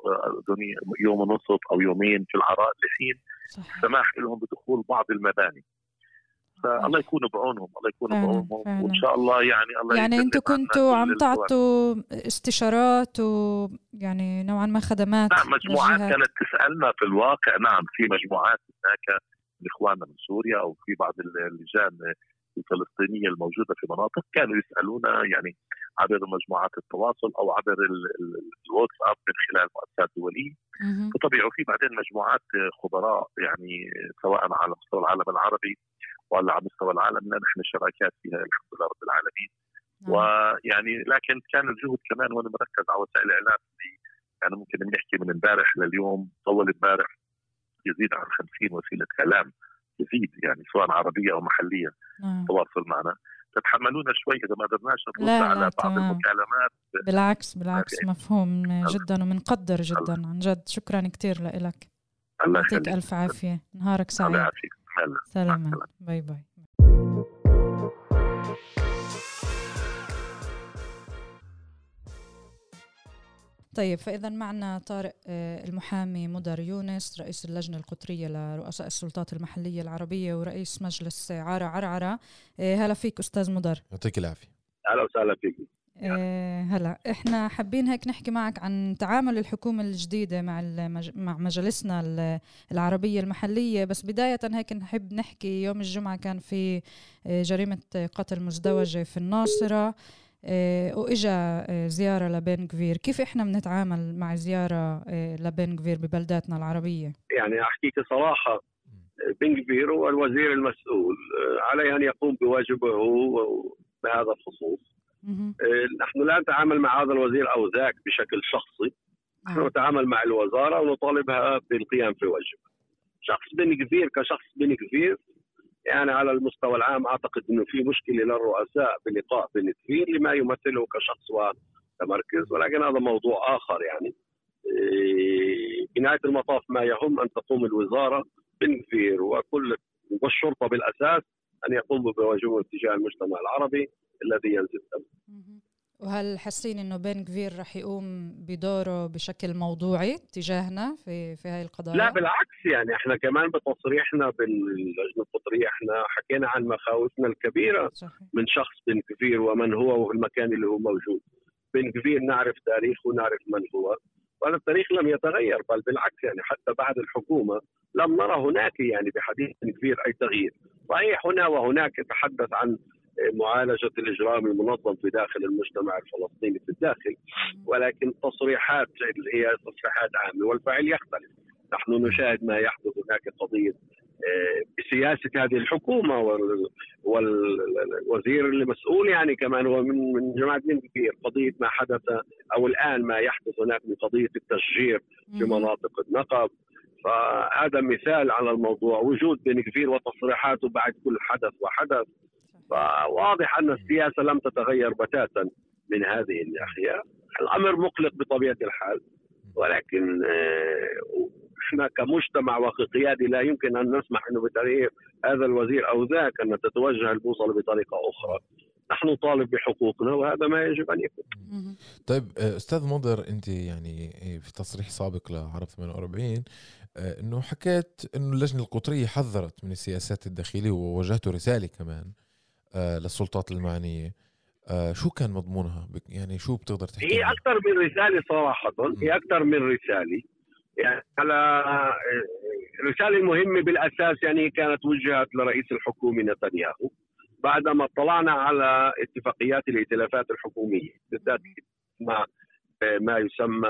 يوم ونصف او يومين في العراء لحين سماح لهم بدخول بعض المباني. فالله يكون بعونهم، الله يكون فعلا بعونهم فعلا. وان شاء الله يعني الله. يعني انتم كنتوا عم تعطوا استشارات ويعني نوعا ما خدمات؟ نعم، مجموعات كانت تسالنا في الواقع. نعم، في مجموعات هناك من اخواننا من سوريا او في بعض اللجان الفلسطينية الموجودة في مناطق كانوا يسألونا يعني عبر مجموعات التواصل أو عبر الواتساب من خلال مؤسسات دولية. وطبيعي في بعدين مجموعات خبراء يعني سواء على مستوى العالم العربي ولا على مستوى العالم، لأن نحن شراكات فيها الحمد لله رب العالمين. ويعني لكن كان الجهد كمان وانا مركز على وسائل الإعلام، يعني ممكن نحكي من امبارح لليوم طول امبارح يزيد عن خمسين وسيلة كلام يزيد، يعني سواء عربية أو محلية نعم. تواصل معنا. تتحملونا شوي إذا ما قدرناش نرد على بعض تمام. المكالمات. بالعكس بالعكس مفهوم جدا ومنقدر جدا الله. عن جد شكرا كتير لك. الله يعطيك ألف عافية، نهارك سعيد. الله يعافيك. سلام. باي باي. طيب، فإذا معنا طارق المحامي مدر يونس، رئيس اللجنة القطرية لرؤساء السلطات المحلية العربية ورئيس مجلس عارة عرعرة. هلا فيك أستاذ مدر. يعطيك العافية. أهلا وسهلا فيك. هلا احنا حابين هيك نحكي معك عن تعامل الحكومة الجديدة مع المج... مع مجالسنا العربية المحلية. بس بداية هيك نحب نحكي، يوم الجمعة كان في جريمة قتل مزدوجة في الناصرة، وإجا زيارة لبن غفير. كيف إحنا بنتعامل مع زيارة لبن غفير ببلداتنا العربية؟ يعني أحكيك صراحة، بن غفير هو الوزير المسؤول، عليه أن يقوم بواجبه بهذا الخصوص. نحن لا نتعامل مع هذا الوزير أو ذاك بشكل شخصي، نحن نتعامل مع الوزارة ونطالبها بالقيام في واجبها. شخص بن غفير كشخص بن غفير، يعني على المستوى العام أعتقد أنه في مشكلة للرؤساء بلقاء بن غفير لما يمثله كشخص وكمركز، ولكن هذا موضوع آخر. يعني بنهاية المطاف ما يهم أن تقوم الوزارة بن غفير وكل والشرطة بالأساس أن يقوموا بواجبهم تجاه المجتمع العربي الذي ينزل دمه. وهل حاسين إنه بن غفير رح يقوم بدوره بشكل موضوعي تجاهنا في في هاي القضايا؟ لا بالعكس، يعني احنا كمان بتصريحنا باللجنة القطرية احنا حكينا عن مخاوفنا الكبيرة صحيح. من شخص بن غفير ومن هو وفي المكان اللي هو موجود. بن غفير نعرف تاريخه ونعرف من هو، وهذا التاريخ لم يتغير، بل بالعكس يعني حتى بعد الحكومة لم نرى هناك يعني بحديث بن غفير أي تغيير. صحيح هنا وهناك يتحدث عن معالجة الإجرام المنظم في داخل المجتمع الفلسطيني في الداخل، ولكن تصريحات هي تصريحات عامة والفعل يختلف. نحن نشاهد ما يحدث هناك، قضية بسياسة هذه الحكومة، والوزير المسؤول يعني كمان هو من من جماعة بن كفير. قضية ما حدث أو الآن ما يحدث هناك من قضية التشجير في مناطق النقب، فهذا مثال على الموضوع. وجود بن كفير وتصريحاته بعد كل حدث وحدث، فواضح أن السياسة لم تتغير بتاتا من هذه الناحية. الأمر مقلق بطبيعة الحال، ولكن احنا كمجتمع وكقيادي لا يمكن ان نسمح انه بتغيير هذا الوزير او ذاك ان تتوجه البوصله بطريقه اخرى. نحن نطالب بحقوقنا وهذا ما يجب ان يكون. طيب استاذ مضر، انت يعني في تصريح سابق لعرب ثمانية وأربعين انه حكيت انه اللجنه القطريه حذرت من السياسات الداخليه ووجهتوا رساله كمان للسلطات المعنيه. شو كان مضمونها؟ يعني شو بتقدر تحكي؟ هي اكثر من رساله صراحه، هي اكثر من رساله. يعني على الرسالة المهمة بالأساس يعني كانت وجهت لرئيس الحكومة نتنياهو بعدما اطلعنا على اتفاقيات الائتلافات الحكومية، بالذات مع ما يسمى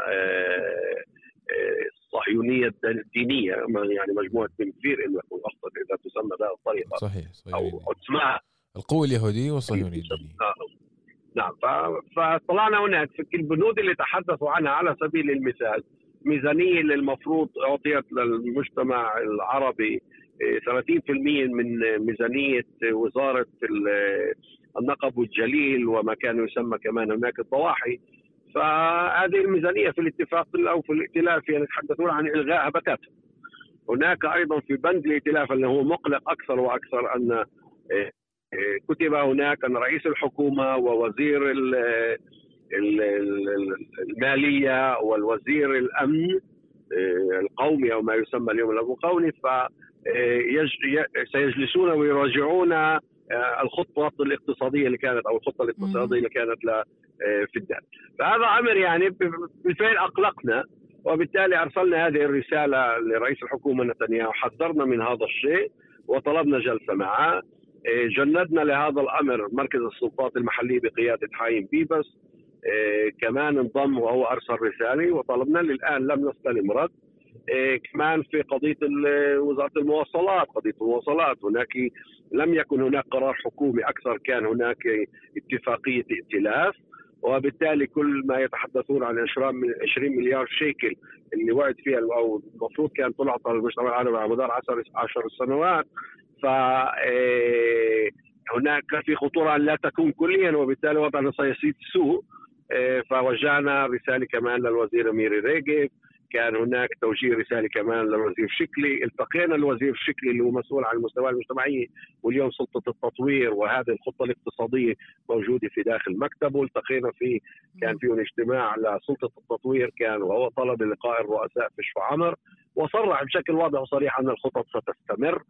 الصهيونية الدينية، يعني مجموعة بن كفير إنه يكون أفضل إذا تسمى بهذه الطريقة. صحيح. أو اسمها القوة اليهودية والصهيونية الدينية. نعم. فطلعنا هناك في البنود اللي تحدثوا عنها على سبيل المثال ميزانية اللي المفروض أعطيت للمجتمع العربي ثلاثين بالمئة من ميزانية وزارة النقب والجليل وما كان يسمى كمان هناك الضواحي. فهذه الميزانية في الاتفاق أو في الائتلاف يعني يتحدثون عن إلغائها بتاتا. هناك أيضا في بند الائتلاف اللي هو مقلق أكثر وأكثر أن كتب هناك أن رئيس الحكومة ووزير المالية والوزير الأمن القومي أو ما يسمى اليوم الأمن القومي سيجلسون ويراجعون الخطة الاقتصادية اللي كانت أو الخطة الاقتصادية اللي كانت في الدال. فهذا أمر يعني بالفعل أقلقنا، وبالتالي أرسلنا هذه الرسالة لرئيس الحكومة نتنياهو، حذرنا من هذا الشيء وطلبنا جلسة معه. جندنا لهذا الأمر مركز السلطات المحلية بقيادة حايم بيبس، إيه كمان انضم وهو أرسل رسالة وطلبنا. للآن لم نستلم رد. إيه كمان في قضية وزارة المواصلات، قضية المواصلات هناك لم يكن هناك قرار حكومي، أكثر كان هناك اتفاقية ائتلاف، وبالتالي كل ما يتحدثون عن عشرين مليار شيكل اللي وعد فيها أو المفروض كان تعطى للمجتمع العربي على مدار عشر سنوات، ف هناك في خطورة أن لا تكون كليا، وبالتالي وضعنا سيصير سوء. فوجهنا رسالة كمان للوزير ميري ريغيف، كان هناك توجيه رسالة كمان للوزير شكلي. التقينا الوزير شكلي اللي هو مسؤول عن المستوى المجتمعي واليوم سلطة التطوير، وهذه الخطة الاقتصادية موجودة في داخل مكتبه. التقينا فيه، كان فيه اجتماع لسلطة التطوير كان، وهو طلب لقاء الرؤساء في شفعمر، وصرح بشكل واضح وصريح أن الخطط ستستمر.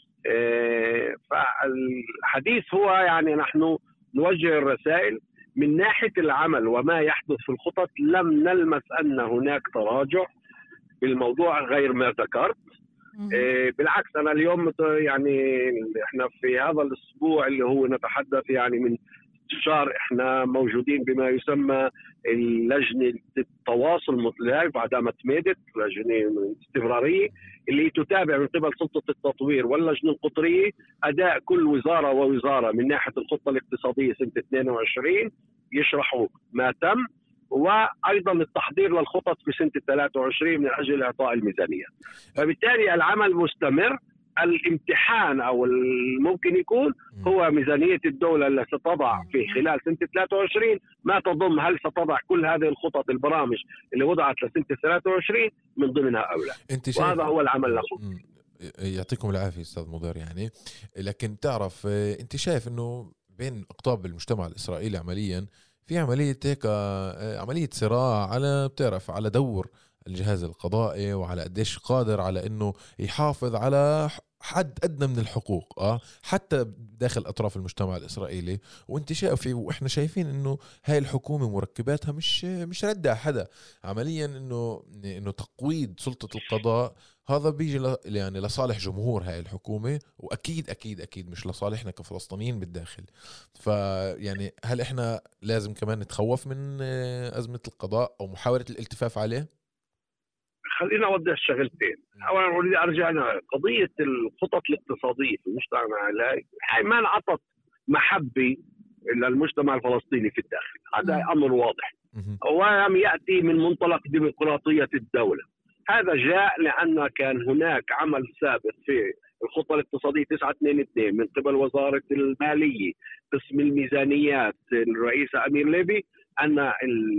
فالحديث هو يعني نحن نوجه الرسائل من ناحية العمل وما يحدث في الخطط. لم نلمس أن هناك تراجع بالموضوع غير ما ذكرت. بالعكس أنا اليوم يعني إحنا في هذا الأسبوع اللي هو نتحدث يعني من شهر احنا موجودين بما يسمى اللجنة التواصل بعدما تميدت لجنة استمرارية اللي تتابع من قبل سلطة التطوير واللجنة القطرية أداء كل وزارة ووزارة من ناحية الخطة الاقتصادية سنة اثنين وعشرين، يشرحوا ما تم، وأيضا التحضير للخطط في سنة ثلاثة وعشرين من أجل إعطاء الميزانية. فبالتالي العمل مستمر. الامتحان أو الممكن يكون هو ميزانية الدولة التي ستضع في خلال سنة ثلاثة وعشرين ما تضم، هل ستضع كل هذه الخطط البرامج اللي وضعت لسنة ثلاثة وعشرين من ضمنها أو لا. وهذا هو العمل له. يعطيكم العافية أستاذ مضر. يعني لكن تعرف أنت شايف أنه بين أقطاب المجتمع الإسرائيلي عمليا في عملية هيك عملية صراع على بتعرف على دور الجهاز القضائي وعلى قديش قادر على انه يحافظ على حد ادنى من الحقوق اه حتى داخل اطراف المجتمع الاسرائيلي. وانت شايف واحنا شايفين انه هاي الحكومه مركباتها مش مش ردة حدا عمليا، انه انه تقويض سلطه القضاء هذا بيجي يعني لصالح جمهور هاي الحكومه، واكيد اكيد اكيد مش لصالحنا كفلسطينيين بالداخل. فيعني هل احنا لازم كمان نتخوف من ازمه القضاء او محاوله الالتفاف عليه؟ خلينا أوضح شغلتين. أولا أريد أرجع قضية الخطط الاقتصادية في المجتمع، هاي ما انعطت محبة للمجتمع الفلسطيني في الداخل، هذا أمر واضح، ولم يأتي من منطلق ديمقراطية الدولة. هذا جاء لأن كان هناك عمل سابق في الخطة الاقتصادية تسعة اثنين اثنين من قبل وزارة المالية قسم الميزانيات الرئيس أمير ليبي، أن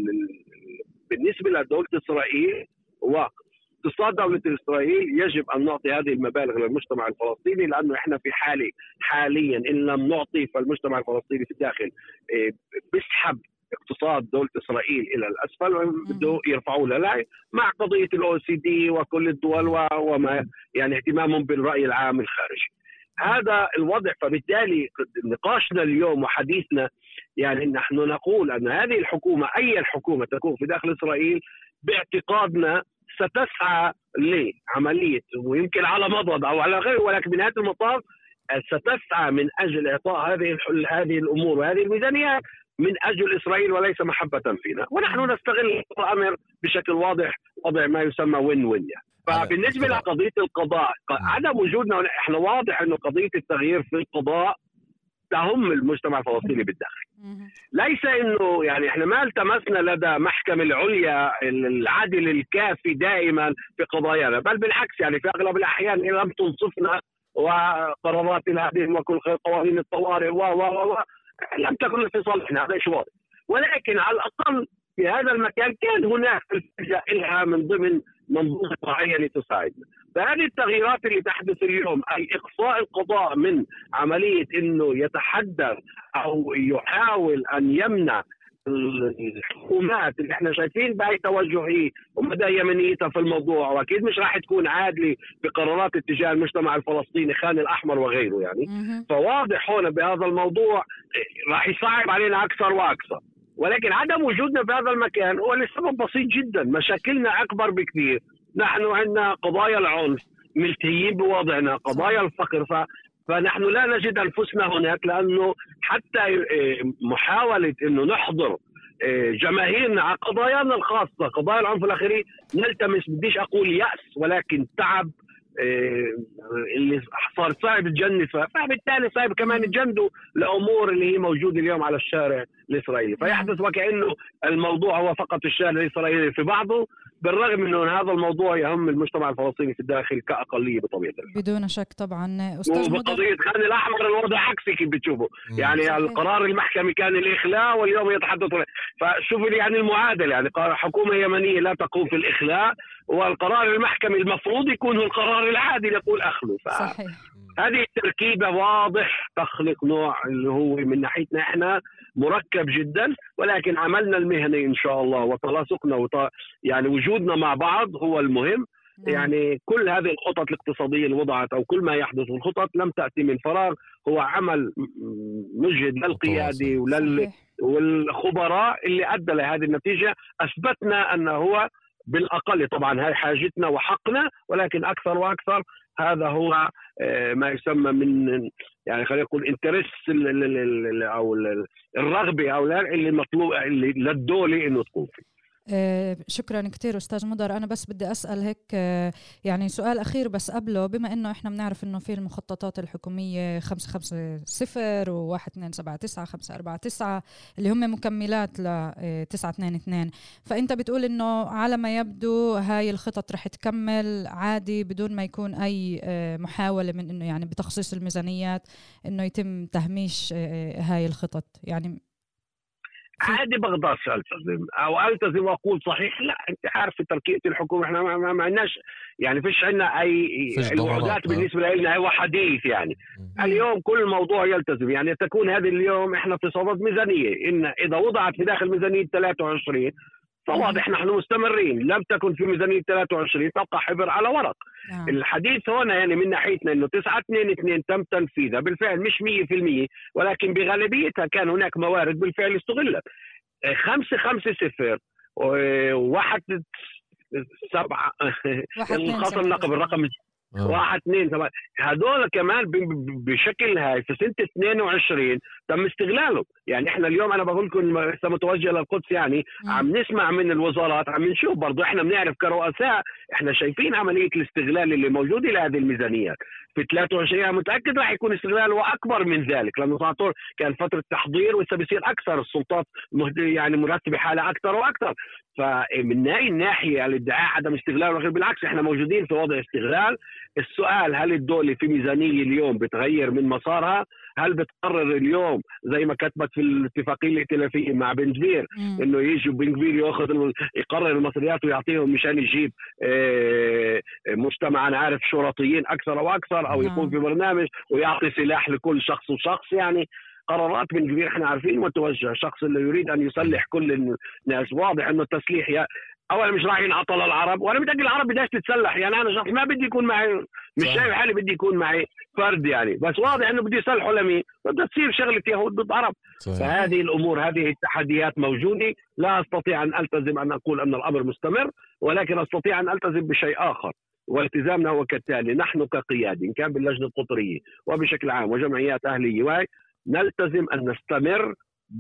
بالنسبة لدولة إسرائيل واقتصاد دولة إسرائيل يجب أن نعطي هذه المبالغ للمجتمع الفلسطيني، لأنه إحنا في حالة حاليا إن لم نعطي فالمجتمع الفلسطيني في الداخل بيسحب اقتصاد دولة إسرائيل إلى الأسفل، بده يرفعوا لها مع قضية الأو سي دي وكل الدول وما يعني اهتمامهم بالرأي العام الخارجي. هذا الوضع، فبالتالي نقاشنا اليوم وحديثنا يعني نحن نقول أن هذه الحكومة أي الحكومة تكون في داخل إسرائيل باعتقادنا ستسعى لعملية، ويمكن على مضض أو على غيره، ولكن بنهاية المطاف ستسعى من أجل إعطاء هذه هذه الأمور وهذه الميزانيات من أجل إسرائيل وليس محبة فينا، ونحن نستغل الأمر بشكل واضح، وضع ما يسمى وين وين. فبالنسبة لقضية القضاء، عدم وجودنا احنا واضح أنه قضية التغيير في القضاء تهم المجتمع الفلسطيني بالداخل. ليس انه يعني احنا ما التمسنا لدى محكمة العليا العدل الكافي دائما في قضايانا، بل بالعكس يعني في اغلب الاحيان لم تنصفنا وقرارات الهدم وكل قوانين الطوارئ و و و لم تكن في صالحنا، هذا شيء واضح. ولكن على الاقل في هذا المكان كان هناك التجا لها من ضمن منظومه معينه تساعدنا. فهذه التغييرات اللي تحدث اليوم، اي اقصاء القضاء من عمليه انه يتحدث او يحاول ان يمنع الحكومات اللي احنا شايفين باي توجهي ومدى يمنيتها في الموضوع، واكيد مش راح تكون عادله بقرارات اتجاه المجتمع الفلسطيني خان الاحمر وغيره يعني. فواضح هنا بهذا الموضوع راح يصعب علينا اكثر واكثر. ولكن عدم وجودنا في هذا المكان هو لسبب بسيط جدا، مشاكلنا اكبر بكثير. نحن عندنا قضايا العنف، ملتهيين بوضعنا، قضايا الفقر، ف فنحن لا نجد أنفسنا هناك، لأنه حتى محاولة أنه نحضر جماهيرنا على قضايانا الخاصة قضايا العنف الأخيري نلتمس، بديش أقول يأس، ولكن تعب اللي صار صعب تجنفه، فبالتالي صعب كمان تجندوا الأمور اللي هي موجودة اليوم على الشارع الإسرائيلي. فيحدث وكأنه الموضوع هو فقط الشارع الإسرائيلي في بعضه، بالرغم من أن هذا الموضوع يهم المجتمع الفلسطيني في الداخل كأقلية بطبيعة الحال. بدون شك طبعا. أستاذ مدر، وبقضية خان الأحمر الوضع عكسي كيف بتشوفوا، يعني صحيح. القرار المحكمي كان الإخلاء واليوم يتحدث، فشوفوا يعني المعادلة، يعني حكومة يمنية لا تقوم في الإخلاء، والقرار المحكمي المفروض يكون هو القرار العادي يقول أخلو. صحيح. هذه التركيبة واضح تخلق نوع اللي هو من ناحيتنا احنا مركب جدا، ولكن عملنا المهني ان شاء الله وتلاصقنا وط... يعني وجودنا مع بعض هو المهم. نعم. يعني كل هذه الخطط الاقتصادية اللي وضعت او كل ما يحدث الخطط لم تأتي من فراغ، هو عمل مجهد للقيادة ولل... والخبراء اللي ادى لهذه النتيجة. اثبتنا انه هو بالاقل، طبعا هاي حاجتنا وحقنا، ولكن اكثر واكثر هذا هو ما يسمى من يعني خلينا نقول انترس او الرغبه او اللي مطلوب اللي للدوله انه تكون فيه. شكرا كتير أستاذ مدر. أنا بس بدي أسأل هيك يعني سؤال أخير بس قبله، بما أنه إحنا بنعرف أنه في المخططات الحكومية خمسة خمسة صفر وواحد اثنين سبعة تسعة خمسة أربعة تسعة اللي هم مكملات لتسعة اثنين اثنين، فأنت بتقول أنه على ما يبدو هاي الخطط رح تكمل عادي بدون ما يكون أي محاولة من أنه يعني بتخصيص الميزانيات أنه يتم تهميش هاي الخطط. يعني عادي بقدرش التزم او التزم واقول صحيح لا، انت عارف في تركيبه الحكومه احنا ما, ما عندناش يعني فيش عندنا اي الوعودات بالنسبه لنا هو حديث يعني. م- اليوم كل الموضوع يلتزم، يعني تكون هذه اليوم احنا في صدد ميزانيه، ان اذا وضعت في داخل ميزانيه ثلاثة وعشرين فواضح نحن مستمرين، لم تكن في ميزانيه ثلاثة وعشرين تبقى حبر على ورق. آه. الحديث هنا يعني من ناحيتنا انه تسعة اثنين اثنين تم تنفيذها بالفعل، مش مية بالمية ولكن بغالبيتها كان هناك موارد بالفعل استغلت. خمسة خمسة صفر وواحد سبعة الخاصة النقب الرقم أوه. واحد اثنين ثلاثة هذول كمان بشكل هاي في سنة اثنين وعشرين تم استغلاله. يعني احنا اليوم انا بقول لكم لسه متوجه للقدس، يعني م. عم نسمع من الوزارات، عم نشوف برضو احنا بنعرف كرؤساء احنا شايفين عملية الاستغلال اللي موجودة لهذه الميزانيات. في ثلاثة وعشرين انا متأكد راح يكون استغلاله اكبر من ذلك، لانه صارت كان فترة تحضير وهسه بيصير اكثر، السلطات يعني مرتبة حالها اكثر واكثر. فمن هاي الناحية الادعاء عدم استغلال وغير، بالعكس احنا موجودين في وضع استغلال. السؤال هل الدولة في ميزانية اليوم بتغير من مسارها؟ هل بتقرر اليوم زي ما كتبت في الاتفاقية الائتلافية مع بن غفير انه يجي بن غفير ياخذ يقرر المصريات ويعطيهم مشان يجيب مجتمع انا عارف شرطيين اكثر واكثر، او يكون في برنامج ويعطي سلاح لكل شخص وشخص؟ يعني قرارات بن غفير احنا عارفين متوجهه، شخص اللي يريد ان يسلح كل الناس. واضح انه التسليح يا اولا مش راح ينعطى للعرب، وانا متاكد العرب بدهاش تتسلح. يعني انا شخص ما بدي يكون معي، مش شايف حالي بدي يكون معي فرد يعني، بس واضح انه بدي يسلحوا لمين؟ بدها تصير شغله يهود ضد عرب. صحيح. فهذه الامور هذه التحديات موجوده، لا استطيع ان التزم ان اقول ان الامر مستمر، ولكن استطيع ان التزم بشيء اخر. والتزامنا هو كالتالي: نحن كقيادة إن كان باللجنة القطرية وبشكل عام وجمعيات أهلية وهي نلتزم أن نستمر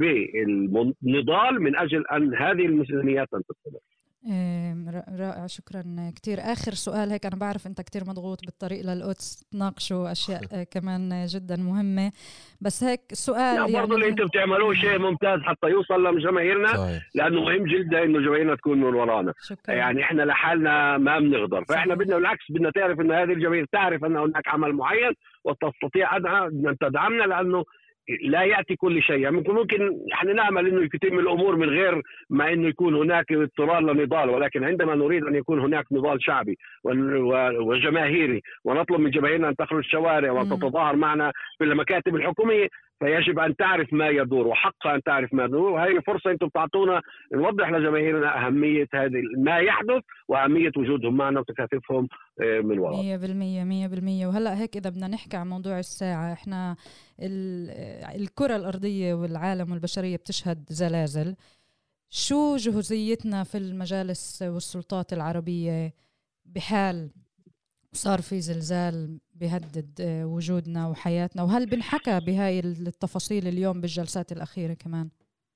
بالنضال من أجل أن هذه الميزانيات أن تستمر. رائع، شكرا كتير. آخر سؤال هيك، أنا بعرف أنت كتير مضغوط بالطريق للقدس تناقشوا أشياء كمان جدا مهمة، بس هيك سؤال يعني برضو اللي أنتم بتعملوه شيء ممتاز حتى يوصل لجماهيرنا، لأنه مهم جدا إنه جماهيرنا تكون من ورانا. شكرا. يعني إحنا لحالنا ما بنقدر، فإحنا بدنا بالعكس بدنا تعرف إن هذه الجماهير تعرف أن هناك عمل معين وتستطيع أن تدعمنا، لأنه لا يأتي كل شيء. يعني ممكن احنا نعمل انه يتم الامور من غير ما انه يكون هناك اضطرار لنضال، ولكن عندما نريد ان يكون هناك نضال شعبي وجماهيري ونطلب من جماهيرنا ان تخرج الشوارع وتتظاهر معنا في المكاتب الحكومية، فيجب ان تعرف ما يدور، وحقا ان تعرف ما يدور. وهي الفرصة انتم تعطونا نوضح لجماهيرنا اهمية هذه ما يحدث واهمية وجودهم معنا وتكاتفهم من وراء. مية بالمية مية بالمية. وهلأ هيك إذا بدنا نحكي عن موضوع الساعة، إحنا الكرة الأرضية والعالم والبشرية بتشهد زلازل. شو جهوزيتنا في المجالس والسلطات العربية بحال صار في زلزال بيهدد وجودنا وحياتنا؟ وهل بنحكى بهاي التفاصيل اليوم بالجلسات الأخيرة كمان؟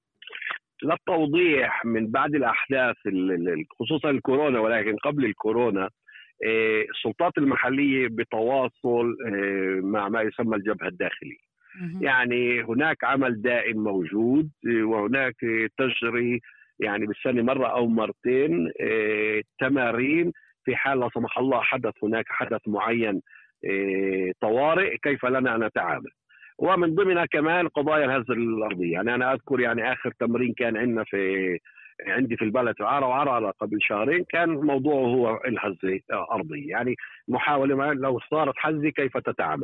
للتوضيح من بعد الأحداث خصوصا الكورونا، ولكن قبل الكورونا السلطات المحلية بتواصل مع ما يسمى الجبهة الداخلي. يعني هناك عمل دائم موجود، وهناك تجري يعني بالسنة مرة أو مرتين تمارين في حال لا سمح الله حدث هناك حدث معين طوارئ كيف لنا أن نتعامل. ومن ضمنها كمان قضايا الهزة الأرضية. يعني أنا أذكر يعني آخر تمرين كان عندنا في عندي في البلد في عرا وعرا قبل شهرين، كان موضوعه هو الهزة الأرضية، يعني محاولة لو صارت هزة كيف تتعامل.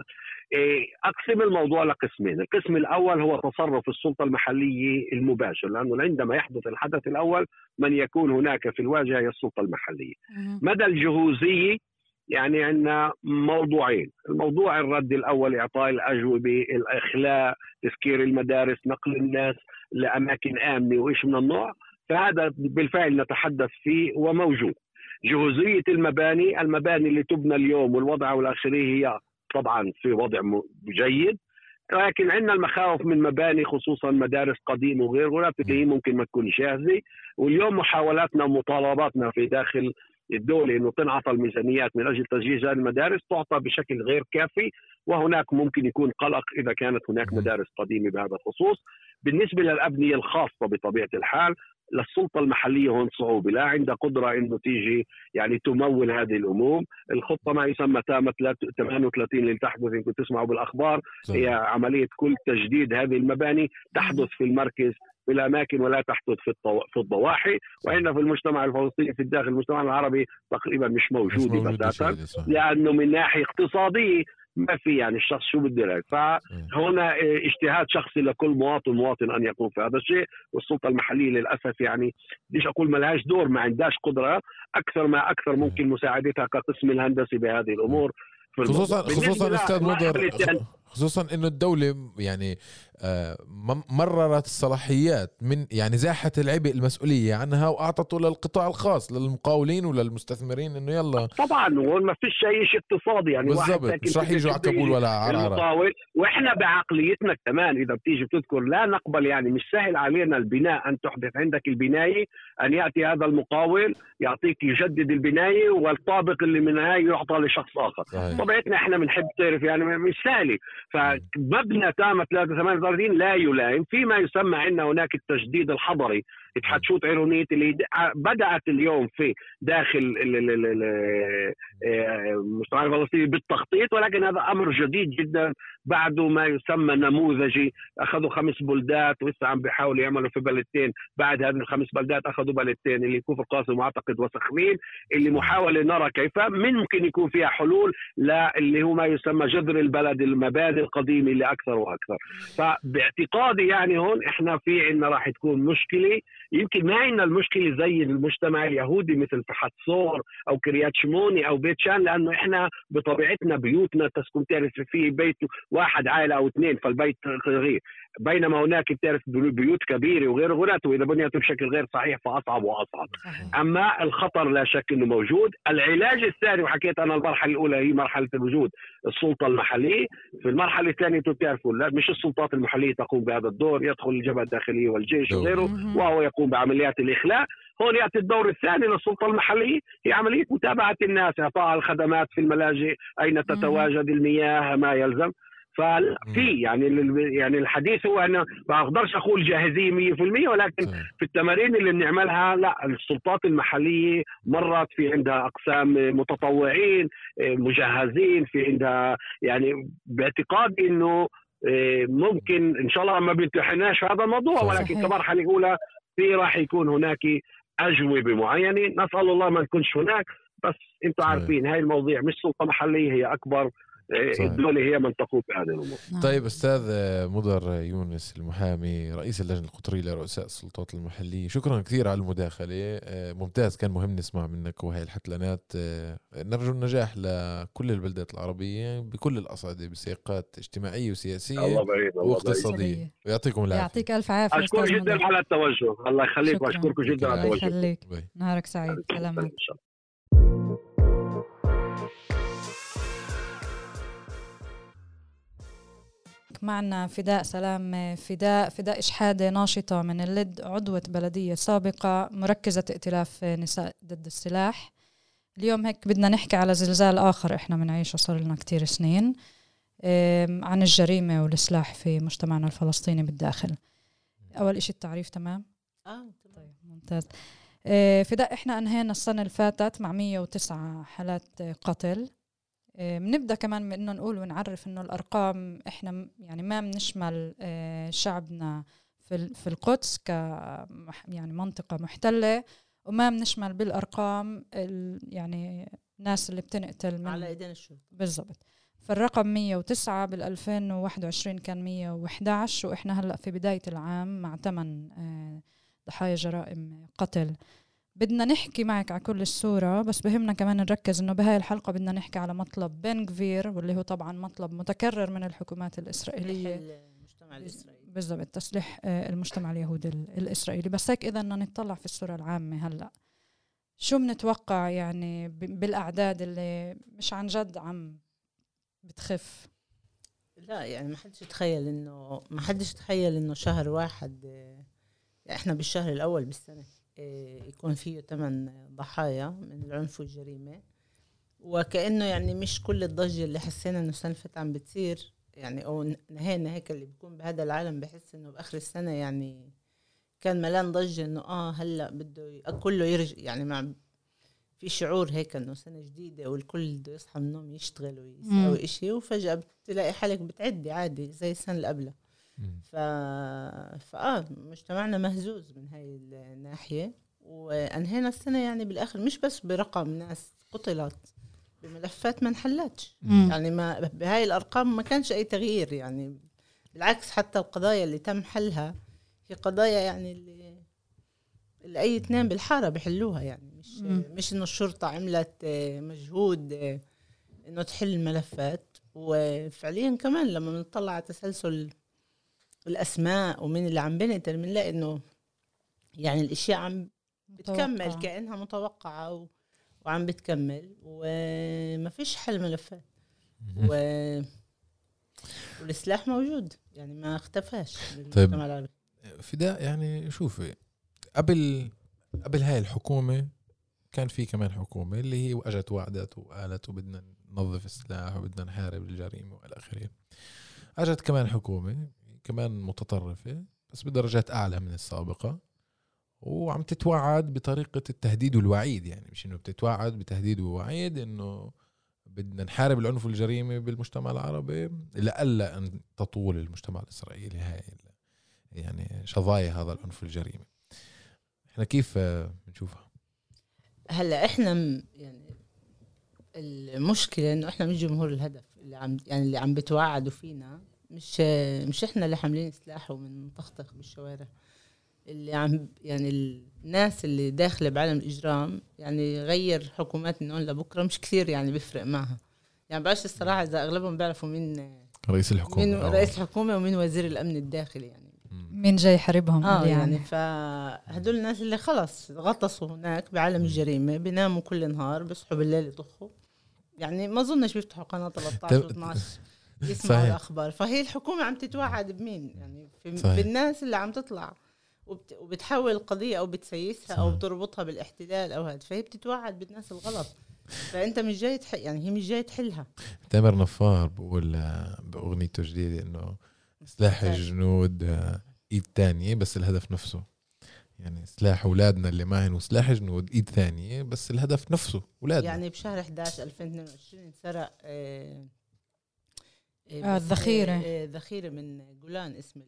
أقسم الموضوع لقسمين. القسم الأول هو تصرف السلطة المحلية المباشر، لأنه عندما يحدث الحدث الأول من يكون هناك في الواجهة هي السلطة المحلية. مدى الجهوزية يعني عندنا موضوعين: الموضوع الرد الأول إعطاء الأجوبة، الإخلاء، تسكير المدارس، نقل الناس لأماكن آمنة وإيش من النوع، فهذا بالفعل نتحدث فيه وموجود. جهوزية المباني، المباني اللي تبنى اليوم والوضع والآخره هي طبعا في وضع جيد، لكن عندنا المخاوف من مباني خصوصا مدارس قديمة وغيره، ولا تلاقيه ممكن ما تكون جاهزة. واليوم محاولاتنا ومطالباتنا في داخل الدولة إنه تنعطى الميزانيات من أجل تجهيز هذه المدارس تعطى بشكل غير كافي، وهناك ممكن يكون قلق إذا كانت هناك مدارس قديمة بهذا الخصوص. بالنسبة للأبنية الخاصة بطبيعة الحال للسلطة المحلية هون صعوبة، لا عندها قدرة إنه تيجي يعني تمول هذه الأمور. الخطة ما يسمى تامة ثمانية وثلاثين اللي تحدث إنكم تسمعوا بالأخبار صحيح. هي عملية كل تجديد هذه المباني تحدث في المركز في الأماكن ولا تحدث في الطو... في الضواحي، وإحنا في المجتمع الفلسطيني في الداخل المجتمع العربي تقريبا مش موجودة بتاتا، لأنه من ناحية اقتصادية ما في يعني الشخص شو بده لك. فهنا اجتهاد شخصي لكل مواطن مواطن أن يقوم في هذا الشيء، والسلطة المحلية للأسف يعني ليش أقول ما لهاش دور، ما عندهاش قدرة أكثر ما أكثر ممكن مساعدتها كقسم الهندسي بهذه الأمور. خصوصا خصوصا استاذ مضر، خصوصا انه الدوله يعني مررت الصلاحيات من يعني زاحت العبء المسؤولية عنها وأعطته للقطاع الخاص للمقاولين وللمستثمرين إنه يلا طبعا وهون ما فيش أي شيء اقتصادي يعني بالضبط مش راح يجوا على كابول ولا عرعرة. وإحنا بعقليتنا كمان إذا بتيجي بتذكر لا نقبل يعني مش سهل علينا البناء أن تحدث عندك البناية أن يأتي هذا المقاول يعطيك يجدد البناية والطابق اللي من هاي يعطى لشخص آخر. طبيعتنا إحنا بنحب تعرف يعني مش سهل. فمبنى تامة ثلاثة وثمانين وثلاثين لا يلائم فيما يسمى عندنا هناك التجديد الحضري اتحدشوت عيرونيت اللي بدأت اليوم في داخل المجتمع الفلسطيني بالتخطيط ولكن هذا أمر جديد جدا بعده ما يسمى نموذجي. أخذوا خمس بلدات ولسه عم بيحاولوا يعملوا في بلدتين بعد هذه الخمس بلدات أخذوا بلدتين اللي كفر قاسم وأعتقد وسخمين اللي محاولة نرى كيف ممكن يكون فيها حلول لا اللي هو ما يسمى جذر البلد المبادئ القديمة اللي أكثر وأكثر. فباعتقادي يعني هون إحنا في عنا راح تكون مشكلة يمكن ما عندنا المشكلة زي المجتمع اليهودي مثل في حتصور أو كريات شموني أو بيت شان لأنه إحنا بطبيعتنا بيوتنا تسكن تعرف في بيت واحد عائلة أو اثنين فالبيت صغير بينما هناك بتعرف بيوت كبيرة وغير غيرات وإذا بنيت بشكل غير صحيح فأصعب وأصعب. أما الخطر لا شك إنه موجود. العلاج الثاني وحكيت أنا المرحلة الأولى هي مرحلة الوجود السلطة المحلية. في المرحلة الثانية تعرفوا لا مش السلطات المحلية تقوم بهذا الدور يدخل الجبهة الداخلية والجيش وغيره وهو يقوم بعمليات الإخلاء. هون يأتي الدور الثاني للسلطة المحلية هي عملية متابعة الناس إعطاء الخدمات في الملاجئ أين تتواجد المياه ما يلزم. ففي يعني يعني الحديث هو أنا ما أقدرش أقول جاهزية مية في المية ولكن في التمارين اللي بنعملها لا السلطات المحلية مرات في عندها أقسام متطوعين مجهزين في عندها يعني باعتقاد إنه ممكن إن شاء الله ما بنتحناش هذا الموضوع ولكن كمرحلة أولى في راح يكون هناك أجوبة معينة نسأل الله ما نكونش هناك. بس أنتوا عارفين هاي المواضيع مش سلطة محلية هي أكبر الدولة هي من تقوم بهذه الأمور. طيب أستاذ مضر يونس المحامي رئيس اللجنة القطرية لرؤساء السلطات المحلية شكرا كثير على المداخلة ممتاز كان مهم نسمع منك وهي الحتلانات. نرجو النجاح لكل البلدات العربية بكل الأصعدة بسياقات اجتماعية وسياسية واقتصادية ويعطيكم العافية. يعطيك ألف عافية. أشكر جدا على التوجه الله يخليك وأشكركم جدا على التوجه. الله يخليك نهارك سعيد. سلامك. معنا فداء سلام. فداء فداء إشحادة ناشطة من اللد عضوة بلدية سابقة مركزة ائتلاف نساء ضد السلاح. اليوم هيك بدنا نحكي على زلزال آخر إحنا منعيشه صار لنا كتير سنين عن الجريمة والسلاح في مجتمعنا الفلسطيني بالداخل. أول إشي التعريف تمام؟ آه طيب ممتاز. فداء إحنا أنهينا السنة اللي فاتت مع مية وتسعة حالات قتل. بنبدأ كمان بأنه نقول ونعرف إنه الأرقام إحنا يعني ما بنشمل شعبنا في في القدس ك يعني منطقة محتلة وما بنشمل بالأرقام يعني الناس اللي بتنقتل من على إيدين الشرطة بالضبط. فالرقم مية وتسعة بالألفين وواحد وعشرين كان مية وإحدى عشر وإحنا هلأ في بداية العام مع ثمان ضحايا جرائم قتل. بدنا نحكي معك على كل الصورة بس بهمنا كمان نركز إنه بهاي الحلقة بدنا نحكي على مطلب بن غفير واللي هو طبعا مطلب متكرر من الحكومات الإسرائيلية المجتمع الإسرائيلي بالضبط تسليح المجتمع اليهودي الإسرائيلي. بس هيك إذا بدنا نطلع في الصورة العامة هلأ شو بنتوقع يعني بالأعداد اللي مش عن جد عم بتخف؟ لا يعني ما حدش يتخيل إنه ما حدش يتخيل إنه شهر واحد إحنا بالشهر الأول بالسنة يكون فيه ثمان ضحايا من العنف والجريمة وكأنه يعني مش كل الضجة اللي حسينا إنه السنة اللي عم بتصير يعني أو نهاية هيك اللي بيكون بهذا العالم بحس إنه بآخر السنة يعني كان ملان ضجة إنه آه هلأ بده كله يرجع يعني مع في شعور هيك إنه سنة جديدة والكل بده يصحى من النوم يشتغل ويسوي إشي وفجأة بتلاقي حالك بتعدي عادي زي السنة اللي قبلها. ف... فآه مجتمعنا مهزوز من هاي الناحية وأنهينا السنة يعني بالآخر مش بس برقم ناس قتلت بملفات ما انحلتش يعني ما بهاي الأرقام ما كانش أي تغيير يعني بالعكس حتى القضايا اللي تم حلها هي قضايا يعني اللي, اللي أي اثنين بالحارة بيحلوها يعني مش م. مش إنه الشرطة عملت مجهود إنه تحل الملفات. وفعليا كمان لما بنطلع على تسلسل والاسماء ومين اللي عم بنقتل، بنلاقي انه يعني الاشياء عم بتكمل متوقع. كأنها متوقعة و... وعم بتكمل وما فيش حل ملفات و... والسلاح موجود يعني ما اختفاش طيب بالمجتمع العربي. فداء يعني شوفي قبل قبل هاي الحكومة كان في كمان حكومة اللي هي اجت وعدت وقالت وبدنا ننظف السلاح وبدنا نحارب الجريمة والى اخره. اجت كمان حكومة كمان متطرفة بس بدرجات اعلى من السابقة وعم تتوعد بطريقة التهديد والوعيد، يعني مش انه بتتوعد بتهديد ووعيد انه بدنا نحارب العنف والجريمة بالمجتمع العربي لألا ان تطول المجتمع الاسرائيلي هاي يعني شظايا هذا العنف والجريمة. احنا كيف بنشوفها؟ هلا احنا م... يعني المشكلة انه احنا مش جمهور الهدف اللي عم يعني اللي عم بتوعدوا فينا، مش مش احنا اللي حاملين سلاح ومن طخطخ بالشوارع. اللي عم يعني الناس اللي داخله بعالم الاجرام يعني غير حكومات من هون لبكره مش كثير يعني بيفرق معها. يعني بعرفش الصراحه اذا اغلبهم بيعرفوا مين رئيس الحكومه مين رئيس الحكومه ومين وزير الامن الداخلي، يعني مين جاي يحاربهم اه يعني, يعني. يعني فهدول الناس اللي خلص غطسوا هناك بعالم الجريمه، بيناموا كل نهار بيصحوا بالليل يطخوا، يعني ما اظنش بيفتحوا قناه ثلاثة عشر و اثناشر يسمعوا الاخبار. فهي الحكومه عم تتوعد بمين؟ يعني في بالناس اللي عم تطلع وبت... وبتحول القضية أو بتسيسها أو بتربطها بالاحتلال أو هذا، فهي بتتوعد بالناس الغلط. فأنت مش جاي تح... يعني هي مش جاي تحلها. تامر نفار بقول بأغنيته الجديدة إنه سلاح الجنود إيد تانية بس الهدف نفسه، يعني سلاح أولادنا اللي معهن وسلاح جنود إيد ثانية بس الهدف نفسه أولادنا. يعني بشهر إحدى عشر ألفين واثنين وعشرين سرق آه آه الذخيرة آه ذخيرة من جولان اسم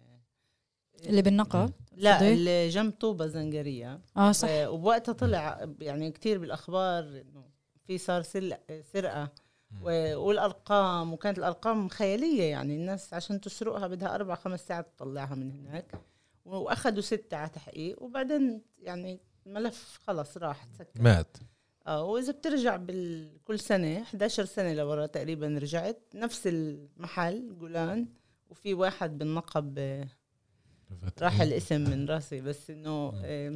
اللي بالنقب، لا اللي جنب طوبة زنجرية. اه صح. وبوقتها طلع يعني كتير بالأخبار إنه في صار سرقة والأرقام، وكانت الأرقام خيالية، يعني الناس عشان تسرقها بدها أربع خمس ساعات تطلعها من هناك، وأخذوا ستة على تحقيق وبعدين يعني الملف خلص راح تسكر مات. اه وإذا بترجع بالكل سنة إحدى عشرة سنة لورا تقريبا رجعت نفس المحل جولان، وفي واحد بالنقب راح الاسم من راسي بس انه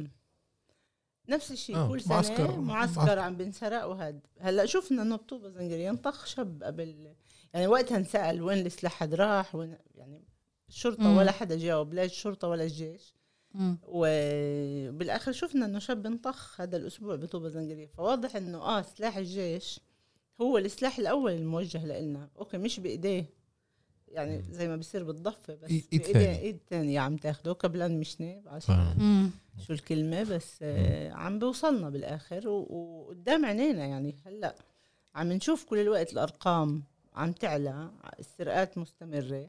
نفس الشيء آه. كل سنه معسكر, معسكر, معسكر عم بنسرق. وهذا هلا شفنا انه بطوبة زنجرية انطخ شاب قبل، يعني وقتها نسأل وين السلاح حد راح، وين يعني الشرطه مم. ولا حدا جاوب، لا الشرطه ولا الجيش. مم. وبالاخر شفنا انه شاب انطخ هذا الاسبوع بطوبة زنجرية. فواضح انه اه سلاح الجيش هو السلاح الاول الموجه لنا، اوكي مش بايديه يعني زي ما بيصير بالضفة، بس بإيدين إيد تانية عم تاخده كبلان مشني عشان شو الكلمة، بس آه عم بوصلنا بالآخر وقدام عينينا. يعني هلأ عم نشوف كل الوقت الأرقام عم تعلى، السرقات مستمرة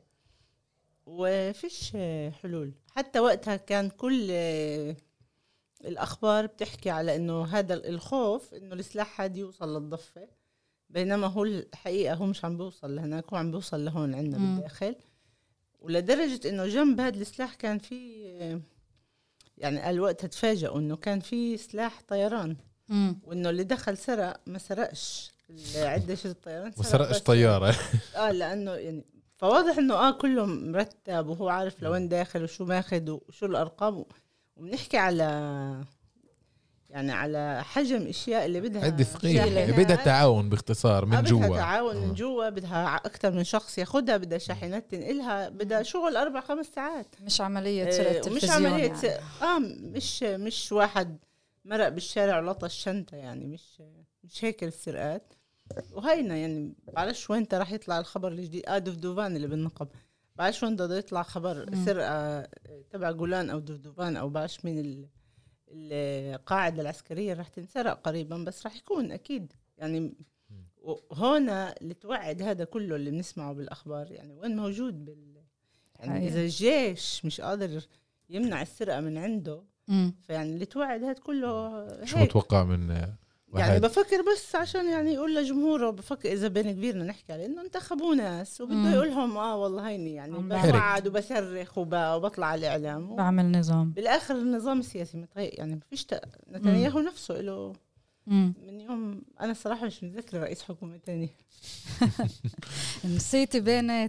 وفيش حلول. حتى وقتها كان كل آه الأخبار بتحكي على إنه هذا الخوف إنه السلاح حد يوصل للضفة، بينما هو الحقيقة هو مش عم بيوصل لهناك، هو عم بيوصل لهون عندنا بالداخل. ولدرجة إنه جنب هذا السلاح كان في يعني قال وقتها تفاجئوا إنه كان في سلاح طيران، مم. وإنه اللي دخل سرق ما سرقش عدة الطيران، ما سرقش طيارة آه لأنه يعني فواضح إنه آه كله مرتب وهو عارف لوين داخل وشو ماخد وشو الأرقام. وبنحكي على يعني على حجم اشياء اللي بدها عدة ثقيلة، بدها تعاون باختصار من جوا، بدها تعاون من جوا، بدها اكثر من شخص ياخدها، بدها شاحنات تنقلها، بدها شغل اربع خمس ساعات، مش عملية سرقة تلفزيون. مش عملية يعني. س... اه مش مش واحد مرق بالشارع ولطش شنطة، يعني مش مش هيك السرقات. وهينا يعني بعرفش وين راح يطلع الخبر الجديد. اه دفدوفان اللي بالنقب، بعرفش وين بده يطلع خبر م. سرقة تبع جولان او دفدوفان او بعرفش مين ال... القاعدة العسكرية راح تنسرق قريبا، بس راح يكون أكيد يعني. وهنا اللي توعد هذا كله اللي بنسمعه بالأخبار، يعني وين موجود بال يعني إذا الجيش مش قادر يمنع السرقة من عنده، مم. فيعني اللي توعد هذا كله هيك. شو متوقع من واحد؟ يعني بفكر بس عشان يعني يقول لجمهوره، بفكر إذا بين كبيرنا نحكي عليه إنه انتخبوا ناس وبده يقولهم آه والله هيني يعني بوعد وبصرخ وبطلع على الإعلام بعمل نظام. بالآخر النظام السياسي متغير، يعني مفيش ت... نتنياهو نفسه له من يوم. أنا صراحة مش متذكرة رئيس حكومة تاني. نسيتي بنت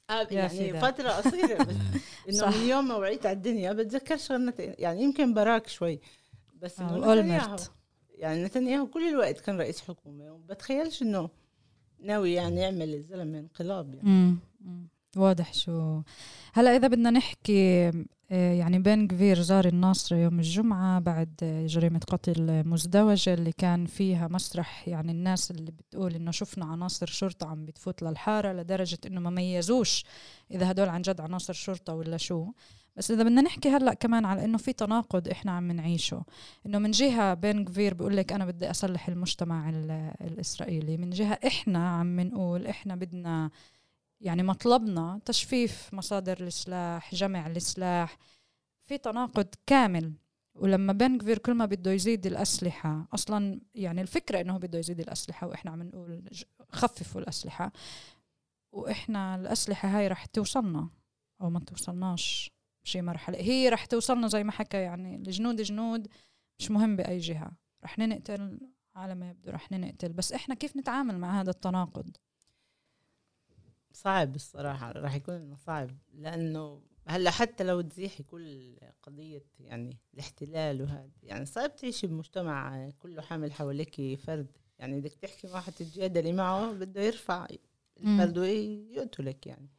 يعني فترة قصيرة بس إنه من يوم ما وعيت على الدنيا بتذكرش غير يعني يمكن براك شوي بس إنه نتنياهو يعني نتنياهو كل الوقت كان رئيس حكومة وبتخيلش إنه ناوي يعني يعمل الزلمة انقلاب يعني. مم. مم. واضح شو هلا إذا بدنا نحكي يعني بن غفير زار الناصرة يوم الجمعة بعد جريمة قتل مزدوجة اللي كان فيها مسرح يعني الناس اللي بتقول إنه شفنا عناصر شرطة عم بتفوت للحارة لدرجة إنه ما ميزوش إذا هدول عن جد عناصر شرطة ولا شو. بس إذا بدنا نحكي هلأ كمان على إنه في تناقض إحنا عم نعيشه إنه من جهة بن غفير بيقول لك أنا بدي أصلح المجتمع الإسرائيلي من جهة إحنا عم نقول إحنا بدنا يعني مطلبنا تجفيف مصادر السلاح جمع السلاح في تناقض كامل. ولما بن غفير كل ما بده يزيد الأسلحة أصلا يعني الفكرة إنه بده يزيد الأسلحة وإحنا عم نقول خففوا الأسلحة وإحنا الأسلحة هاي رح توصلنا أو ما توصلناش شي مرحلة هي رح توصلنا زي ما حكى يعني الجنود جنود مش مهم بأي جهة رح ننقتل على ما يبدو رح ننقتل بس إحنا كيف نتعامل مع هذا التناقض صعب الصراحة راح يكون صعب لأنه هلا حتى لو تزيحي كل قضية يعني الاحتلال وهذا يعني صعب تعيشي بمجتمع كله حامل حواليك فرد يعني بدك تحكي واحد تتجادلي معه بده يرفع الفرد ويقتلك يعني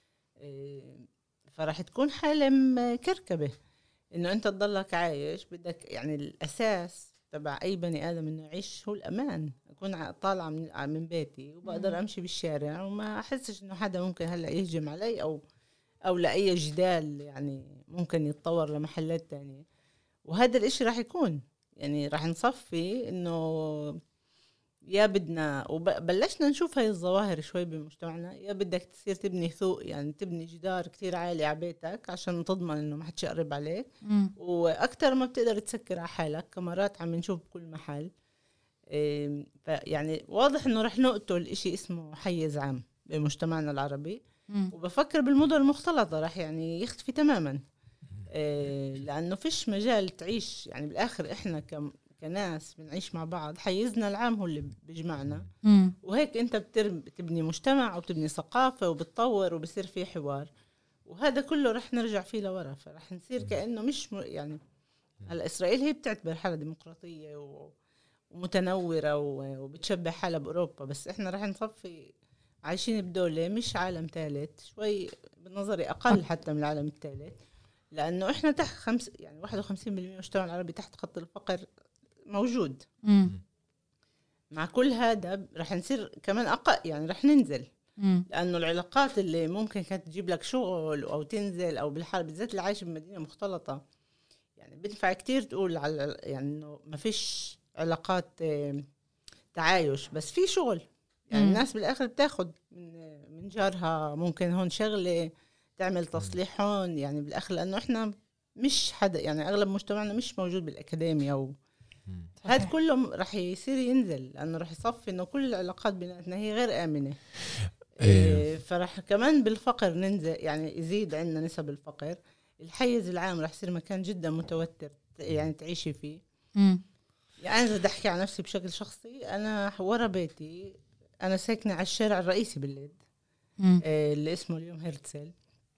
فراح تكون حالة كركبة إنه أنت تضلك عايش بدك يعني الأساس تبع أي بني آدم إنه يعيش هو الأمان أكون طالعة من من بيتي وبقدر أمشي بالشارع وما أحسش إنه حدا ممكن هلا يهجم علي أو أو لأي جدال يعني ممكن يتطور لمحلات تانية. وهذا الإشي راح يكون يعني راح نصفي إنه يا بدنا وبلشنا نشوف هاي الظواهر شوي بمجتمعنا يا بدك تصير تبني ثوق يعني تبني جدار كتير عالي على بيتك عشان تضمن إنه ما حدش يقرب عليك م. وأكتر ما بتقدر تسكر على حالك كاميرات عم نشوف بكل محل إيه يعني واضح إنه رح نقتل إشي اسمه حيز عام بمجتمعنا العربي م. وبفكر بالمدن المختلطة رح يعني يختفي تماما إيه لأنه فيش مجال تعيش يعني بالآخر إحنا كم كناس بنعيش مع بعض حيزنا العام هو اللي بيجمعنا مم. وهيك انت بتبني مجتمع وبتبني ثقافة وبتطور وبصير فيه حوار وهذا كله رح نرجع فيه لورا فرح نصير كأنه مش م... يعني الإسرائيل هي بتعتبر حالة ديمقراطية و... ومتنورة و... وبتشبه حالة بأوروبا بس احنا رح نصفي عايشين بدولة مش عالم ثالث شوي بنظري أقل حتى من العالم الثالث لأنه احنا تحت خمس يعني واحد وخمسين بالمئة المجتمع العربي تحت خط الفقر موجود مم. مع كل هذا رح نصير كمان أقل يعني رح ننزل مم. لأنه العلاقات اللي ممكن كانت تجيب لك شغل أو تنزل أو بالحال بالذات اللي عايش بمدينة مختلطة يعني بنفع كتير تقول على يعني إنه ما فيش علاقات تعايش بس في شغل يعني مم. الناس بالآخر بتاخد من من جارها ممكن هون شغلة تعمل تصليح هون يعني بالآخر لأنه إحنا مش حدا يعني أغلب مجتمعنا مش موجود بالأكاديمية و هذا كله رح يصير ينزل لأنه رح يصفي إنه كل العلاقات بيناتنا هي غير آمنة إيه فرح كمان بالفقر ننزل يعني يزيد عندنا نسب الفقر الحيز العام رح يصير مكان جدا متوتر يعني تعيشي فيه مم. يعني أنا بدي أحكي عن نفسي بشكل شخصي أنا ورا بيتي أنا ساكنة على الشارع الرئيسي بالليل إيه اللي اسمه اليوم هرتزل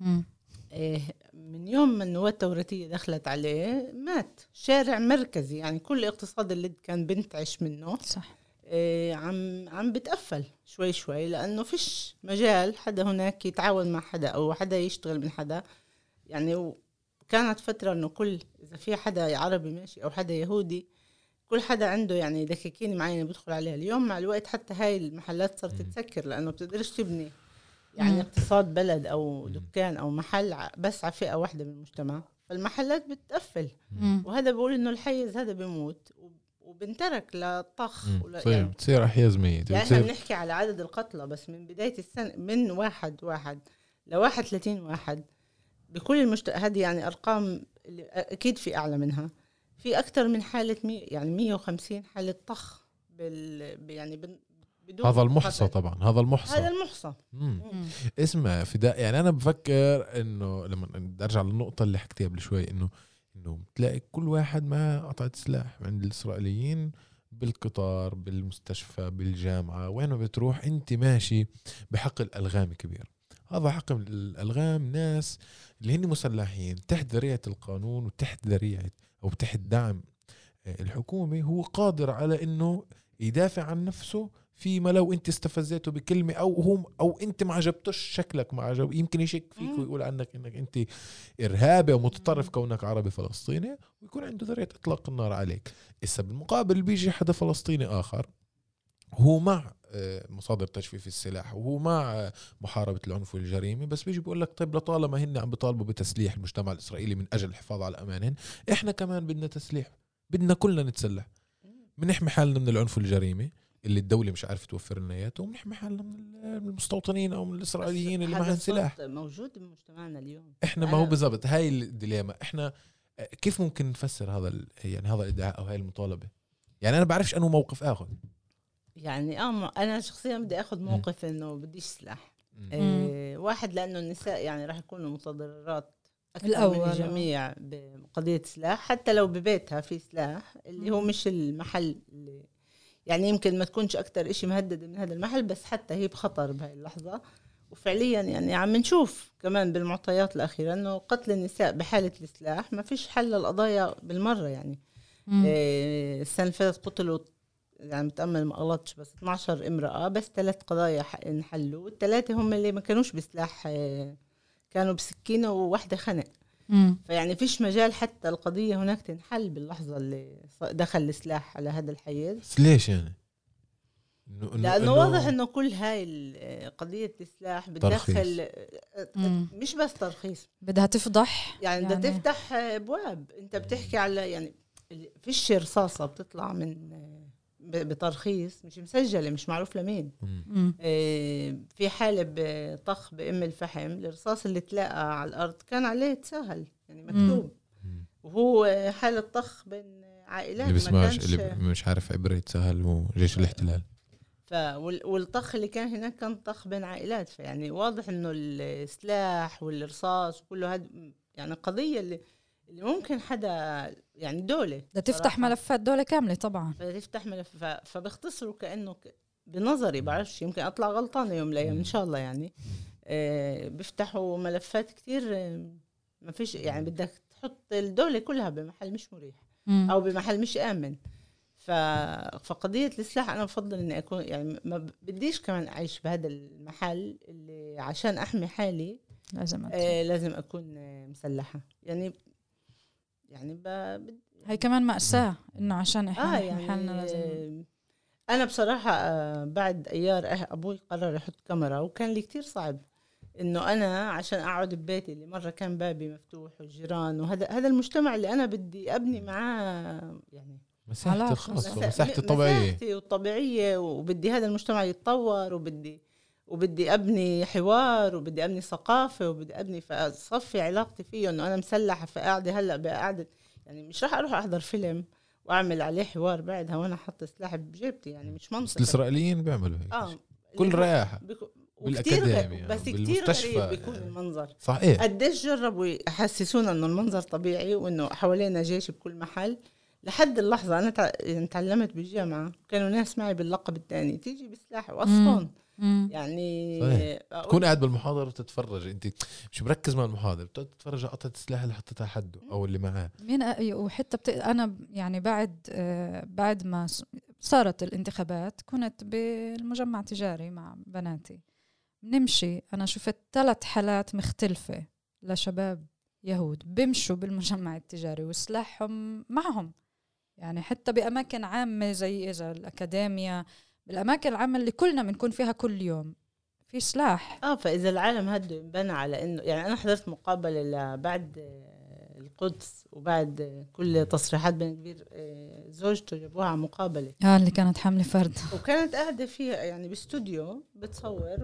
إيه من يوم ما النواة التوراتية دخلت عليه مات شارع مركزي يعني كل اقتصاد اللي كان بنتعش منه صح إيه عم عم بتقفل شوي شوي لأنه فيش مجال حدا هناك يتعاون مع حدا أو حدا يشتغل من حدا يعني كانت فترة إنه كل إذا في حدا عربي ماشي أو حدا يهودي كل حدا عنده يعني دكاكين معينة بدخل عليها اليوم مع الوقت حتى هاي المحلات صارت تتسكر لأنه بتقدرش تبني يعني مم. اقتصاد بلد أو دكان أو محل بس على فئة واحدة من المجتمع فالمحلات بتقفل مم. وهذا بقول إنه الحيز هذا بيموت وبنترك لطخ يعني بتصير أحياز ميت يعني احنا بنحكي على عدد القتلى بس من بداية السنة من واحد واحد لواحد ثلاثين واحد بكل المجتمع هذه يعني أرقام اللي أكيد في أعلى منها في أكتر من حالة مي يعني مية وخمسين حالة طخ بال يعني بن هذا المحصى طبعا هذا المحصى هذا المحصى اسمه فداء يعني أنا بفكر إنه لما أرجع للنقطة اللي حكيتها قبل شوي إنه إنه تلاقي كل واحد ما قطعة سلاح عند الإسرائيليين بالقطار بالمستشفى بالجامعة وين ما بتروح أنت ماشي بحقل ألغام كبير هذا حقل الألغام ناس اللي هن مسلحين تحت ذريعة القانون وتحت ذريعة أو تحت دعم الحكومة، هو قادر على إنه يدافع عن نفسه فيما لو أنت استفزيته بكلمة أو هم أو أنت ما عجبتش شكلك ما عجب، يمكن يشك فيك ويقول عنك إنك أنت إرهابي أو متطرف كونك عربي فلسطيني، ويكون عنده ذريعة إطلاق النار عليك. إسا بالمقابل بيجي حدا فلسطيني آخر هو مع مصادر تجفيف السلاح وهو مع محاربة العنف والجريمة، بس بيجي بيقول لك طيب لطالما هن عم بيطالبوا بتسليح المجتمع الإسرائيلي من أجل الحفاظ على أمانهن، إحنا كمان بدنا تسليح، بدنا كلنا نتسلح، بنحمي حالنا من العنف والجريمة اللي الدولة مش عارفة توفر لنا اياه، ونحمي حالنا من المستوطنين أو من الإسرائيليين اللي معهم سلاح. موجود بمجتمعنا اليوم. إحنا ما هو بالضبط هاي الديليما. إحنا كيف ممكن نفسر هذا يعني هذا الإدعاء أو هاي المطالبة؟ يعني أنا بعرفش أنه موقف آخذ. يعني آه أنا شخصيا بدي أخذ موقف إنه بديش سلاح. إيه واحد لأنه النساء يعني راح يكونوا متضررات أكثر من الجميع بقضية سلاح، حتى لو ببيتها في سلاح اللي هو مش المحل اللي يعني يمكن ما تكونش أكتر إشي مهدد من هذا المحل، بس حتى هي بخطر بهاي اللحظة. وفعليا يعني عم نشوف كمان بالمعطيات الأخيرة أنه قتل النساء بحالة السلاح ما فيش حل للقضايا بالمرة. يعني إيه السنة اللي فاتت قتلوا يعني متأمل ما غلطش بس اثنا عشر امرأة، بس ثلاث قضايا انحلوا، والثلاثة هم اللي ما كانوش بسلاح، كانوا بسكينة وواحدة خنق. مم. فيعني فيش مجال حتى القضية هناك تنحل باللحظة اللي دخل السلاح على هذا الحيز. ليش يعني؟ لأنه واضح إنه كل هاي قضية السلاح بتدخل مش بس ترخيص، بدها تفضح يعني بدها يعني تفتح أبواب. أنت بتحكي على يعني فيش رصاصة بتطلع من بترخيص مش مسجلة مش معروف لمين. إيه في حالة بطخ بأم الفحم الرصاص اللي تلاقى على الأرض كان عليه تسهل يعني مكتوب، مم. وهو حالة طخ بين عائلات اللي ما كانش اللي مش عارف عبرة سهل وجيش الاحتلال. ف والطخ اللي كان هناك كان طخ بين عائلات. فيعني واضح إنه السلاح والرصاص وكله هذا يعني قضية اللي اللي ممكن حدا يعني دولة ده تفتح ملفات دولة كاملة طبعا، تفتح ملف. فبيختصروا كأنه بنظري بعرفش يمكن أطلع غلطانة يوم لأيام إن شاء الله يعني آه بيفتحوا ملفات كتير ما فيش يعني بدك تحط الدولة كلها بمحل مش مريح م. أو بمحل مش آمن. فقضية السلاح أنا بفضل إني أكون يعني ما بديش كمان أعيش بهذا المحل اللي عشان أحمي حالي لازم آه لازم أكون مسلحة. يعني يعني ب... هاي كمان مأساة إنه عشان إحنا آه يعني حالنا لازم. أنا بصراحة آه بعد أيار أه أبوي قرر يحط كاميرا، وكان لي كتير صعب إنه أنا عشان أقعد ببيتي اللي مرة كان بابي مفتوح والجيران وهذا هذا المجتمع اللي أنا بدي أبني معاه يعني مساحتي الخاصة مساحتي الطبيعية مساحتي والطبيعية، وبدي هذا المجتمع يتطور، وبدي وبدي أبني حوار، وبدي أبني ثقافة، وبدي أبني فصفي علاقتي فيه إنه أنا مسلحة فقاعدة هلأ بقعدة يعني مش راح أروح أحضر فيلم وأعمل عليه حوار بعدها وأنا حط سلاح بجيبتي يعني مش منطقي. الإسرائيليين بيعملوا هيك آه كل رياحة بالأكاديمية بس كتير غريب بيكون المنظر. صحيح قديش جربوا يحسسونا إنه المنظر طبيعي وإنه حوالينا جيش بكل محل، لحد اللحظة أنا تعلمت بالجامعة كانوا ناس معي باللقب الثاني تيجي بسلاح وأصفون يعني تكون قاعد بالمحاضرة وتتفرج انت مش مركز مع المحاضرة، بتتفرج على قطعة السلاح اللي حطتها حده او اللي معاه مين أ... وحتى بت... انا يعني بعد آه بعد ما صارت الانتخابات كنت بالمجمع التجاري مع بناتي نمشي، انا شفت ثلاث حالات مختلفة لشباب يهود بيمشوا بالمجمع التجاري وسلاحهم معهم، يعني حتى بأماكن عامة زي إذا الأكاديمية بالأماكن العامة اللي كلنا بنكون فيها كل يوم في سلاح. آه فإذا العالم هده ينبنى على إنه يعني أنا حضرت مقابلة بعد القدس وبعد كل تصريحات بن كبير زوجته جابوها على مقابلة آه اللي كانت حاملة فرد وكانت قاعدة فيها يعني باستوديو بتصور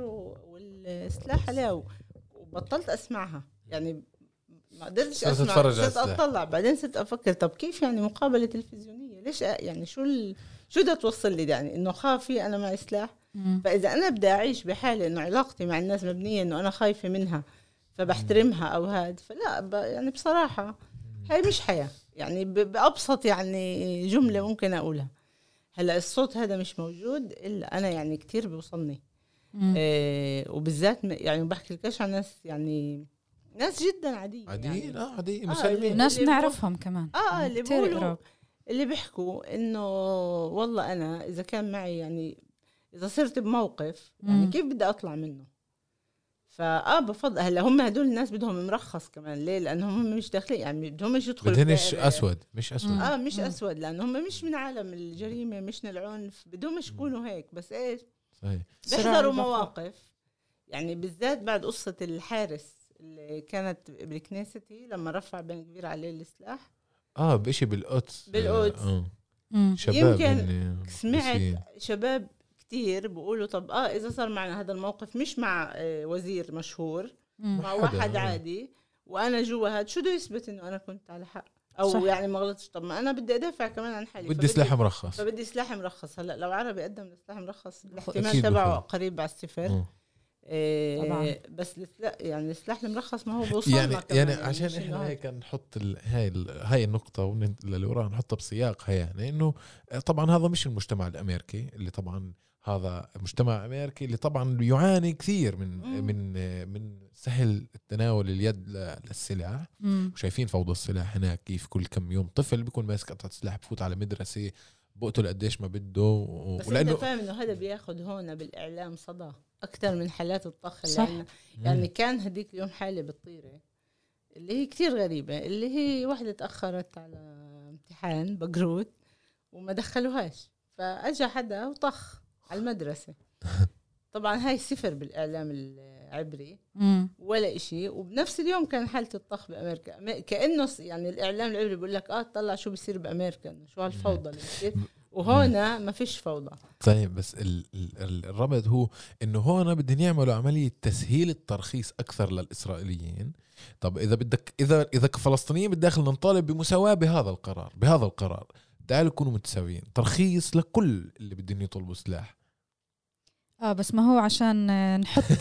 والسلاح عليها وبطلت أسمعها يعني ما قدرتش اسمع، صرت اطلع بعدين صرت افكر طب كيف يعني مقابله تلفزيونيه ليش يعني شو ال... شو ده توصل لي يعني انه خافي انا معي سلاح. فاذا انا بدي اعيش بحالي انه علاقتي مع الناس مبنيه انه انا خايفه منها فبحترمها او هاد فلا ب... يعني بصراحه هاي مش حياه يعني ب... بابسط يعني جمله ممكن اقولها. هلا الصوت هذا مش موجود الا انا يعني كتير بيوصلني آه وبالذات يعني بحكي لكش عن ناس يعني ناس جدا عادية عاديين يعني. اه عاديين آه مسلمين ناس نعرفهم كمان اه اللي بيقولوا اللي بيحكوا انه والله انا اذا كان معي يعني اذا صرت بموقف يعني كيف بدي اطلع منه. فاه بفضل هلا هم هدول الناس بدهم مرخص كمان ليه لانهم هم مش داخلين يعني بدهم مش يدخلوا بدهنش اسود مش اسود مم. اه مش مم. اسود لانهم هم مش من عالم الجريمه مش من العنف بدهم مش يكونوا هيك بس ايش صحيح بيحضروا مواقف يعني بالذات بعد قصه الحارس اللي كانت بالكنيستي لما رفع بن كبير عليه السلاح اه بشي بالقدس بالقدس اه شباب يمكن سمعت شباب كتير بيقولوا طب اه اذا صار معنا هذا الموقف مش مع آه وزير مشهور مم. مع واحد عادي وانا جوا هاد شو بده يثبت انه انا كنت على حق او صح. يعني ما غلطتش طب ما انا بدي ادافع كمان عن حالي بدي سلاح مرخص فبدي سلاح مرخص هلا لو عربي قدم سلاح مرخص الاحتمال تبعه قريب على الصفر إيه بس السلاح يعني السلاح المرخص ما هو بوصل يعني يعني عشان احنا هيك نحط ال هاي ال هاي النقطه اللي وراها نحطها بسياقها يعني انه طبعا هذا مش المجتمع الامريكي اللي طبعا هذا مجتمع امريكي اللي طبعا يعاني كثير من مم. من من سهل التناول اليد للسلاح مم. وشايفين فوضى السلاح هناك كيف كل كم يوم طفل بيكون ماسك قطعه سلاح بفوت على مدرسه بقتل قديش ما بده و... بس انت فاهم انه هذا بياخد هون بالاعلام صدى اكثر من حالات الطخ اللي يعني كان هديك اليوم حاله بالطيره اللي هي كتير غريبه اللي هي واحده تاخرت على امتحان بقروت وما دخلوهاش فاجى حدا وطخ على المدرسه طبعا هاي صفر بالاعلام العبري ولا إشي وبنفس اليوم كان حاله الطخ بامريكا كانه يعني الاعلام العبري بيقول لك اه طلع شو بيصير بامريكا شو هالفوضى اللي بتصير وهنا ما فيش فوضى. طيب بس ال ال الربط هو انه هنا بدهم يعملوا عمليه تسهيل الترخيص اكثر للاسرائيليين. طب اذا بدك اذا اذا كفلسطينيين بالداخل نطالب بمساواه بهذا القرار بهذا القرار تعالوا كونوا متساويين ترخيص لكل اللي بدهم يطلبوا سلاح. اه بس ما هو عشان نحط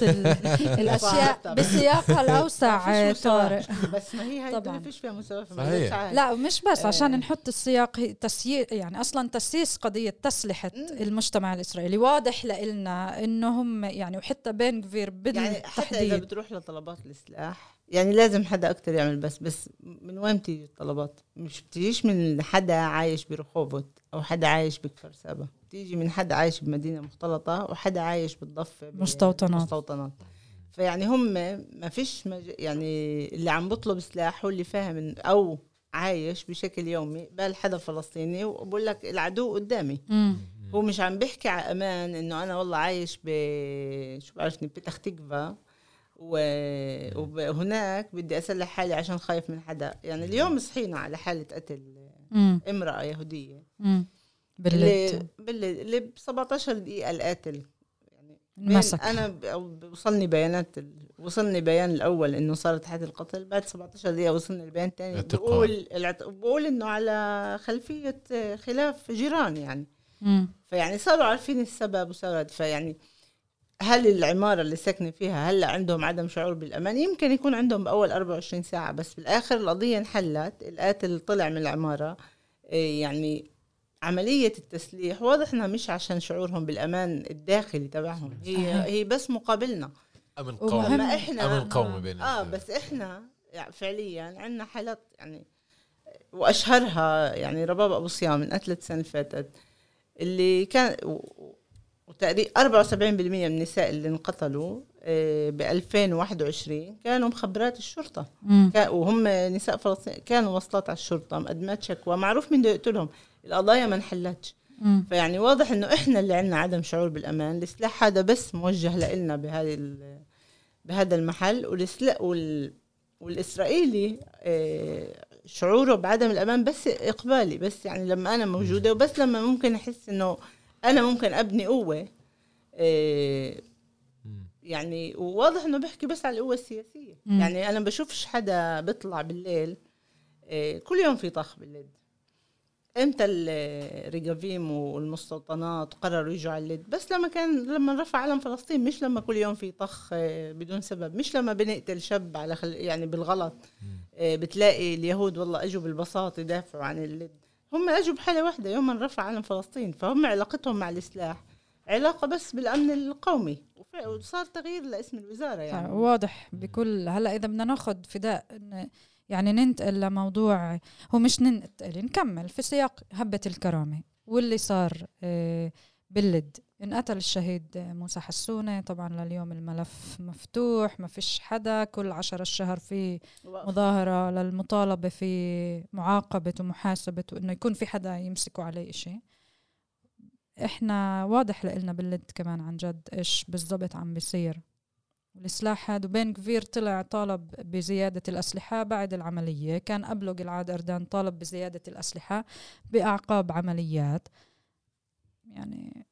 الاشياء بسياقها الاوسع طارق بس ما هي هاي ما فيش فيها مساواه لا مش بس عشان نحط السياق تسيير يعني اصلا تسييس قضيه تسلحه المجتمع الاسرائيلي واضح لنا انه هم يعني وحتى بن غفير بالتحديد يعني حتى اذا بتروح لطلبات السلاح يعني لازم حدا اكتر يعمل بس بس من وين بتيجي الطلبات مش بتجيش من حدا عايش برخوبوت او حدا عايش بكفر سابا تيجي من حدا عايش بمدينة مختلطة وحدا عايش بالضفة مستوطنات مستوطنات فيعني هم ما فيش مج... يعني اللي عم بطلب سلاح هو اللي فاهم أو عايش بشكل يومي بل حدا فلسطيني وبقول لك العدو قدامي مم. هو مش عم بيحكي على أمان إنه أنا والله عايش ب شو بعرفني بتخ تكفى و... وهناك بدي أسلح حالي عشان خايف من حدا يعني اليوم صحينا على حالة قتل مم. امرأة يهودية مم. باللي باللي اللي ب سبعتاشر دقيقة القاتل يعني المسك. أنا وصلني بيانات وصلني بيان الأول إنه صارت حادث القتل بعد سبعتاشر دقيقة وصلني البيان الثاني بقول بقول إنه على خلفية خلاف جيران يعني م. فيعني صاروا عارفين السبب وصارت فيعني هل العمارة اللي ساكنة فيها هلا عندهم عدم شعور بالأمان يمكن يكون عندهم بأول أربعة وعشرين ساعة بس بالآخر القضية انحلت القاتل طلع من العمارة يعني عملية التسليح واضح انها مش عشان شعورهم بالأمان الداخلي تبعهم هي هي بس مقابلنا أمن قومي ما إحنا أمن قومي بين آه بس إحنا يعني فعليا عندنا حالات يعني وأشهرها يعني رباب أبو صيام من قتلة السنة اللي فاتت اللي كان وتقريبا أربعة وسبعين بالمية من النساء اللي انقتلوا ب ألفين وواحد وعشرين كانوا مخبرات الشرطة وهم نساء فلسطين كانوا وصلت على الشرطة مقدمات شكوى معروف مين بده يقتلهم القضايا ما انحلتش فيعني واضح انه احنا اللي عندنا عدم شعور بالامان السلاح هذا بس موجه لنا بهذه بهذا المحل والسلاح وال والاسرائيلي شعوره بعدم الامان بس اقبالي بس يعني لما انا موجوده وبس لما ممكن احس انه انا ممكن ابني قوه يعني وواضح انه بحكي بس على القوه السياسيه م. يعني انا بشوفش حدا بيطلع بالليل كل يوم في طخ بالليل امتى الرجافيم والمستوطنات قرروا يجوا على الليل بس لما كان لما رفع علم فلسطين مش لما كل يوم في طخ بدون سبب مش لما بنقتل شاب على خل... يعني بالغلط بتلاقي اليهود والله اجوا بالبساطه يدافعوا عن الليل هم اجوا بحاله واحده يوم من رفع علم فلسطين فهم علاقتهم مع السلاح علاقه بس بالامن القومي وصار تغيير لاسم الوزارة يعني واضح بكل. هلا إذا بدنا ناخد فداء يعني ننتقل لموضوع، هو مش ننتقل، نكمل في سياق هبة الكرامة واللي صار باللد. انقتل الشهيد موسى حسونة، طبعا لليوم الملف مفتوح، ما فيش حدا، كل عشر الشهر في مظاهرة للمطالبة في معاقبة ومحاسبة وإنه يكون في حدا يمسكوا عليه إشي. إحنا واضح لإلنا باللد كمان عن جد إيش بالضبط عم بيصير. السلاح هذا بن غفير طلع طالب بزيادة الأسلحة بعد العملية، كان قبله جلعاد أردان طالب بزيادة الأسلحة بأعقاب عمليات. يعني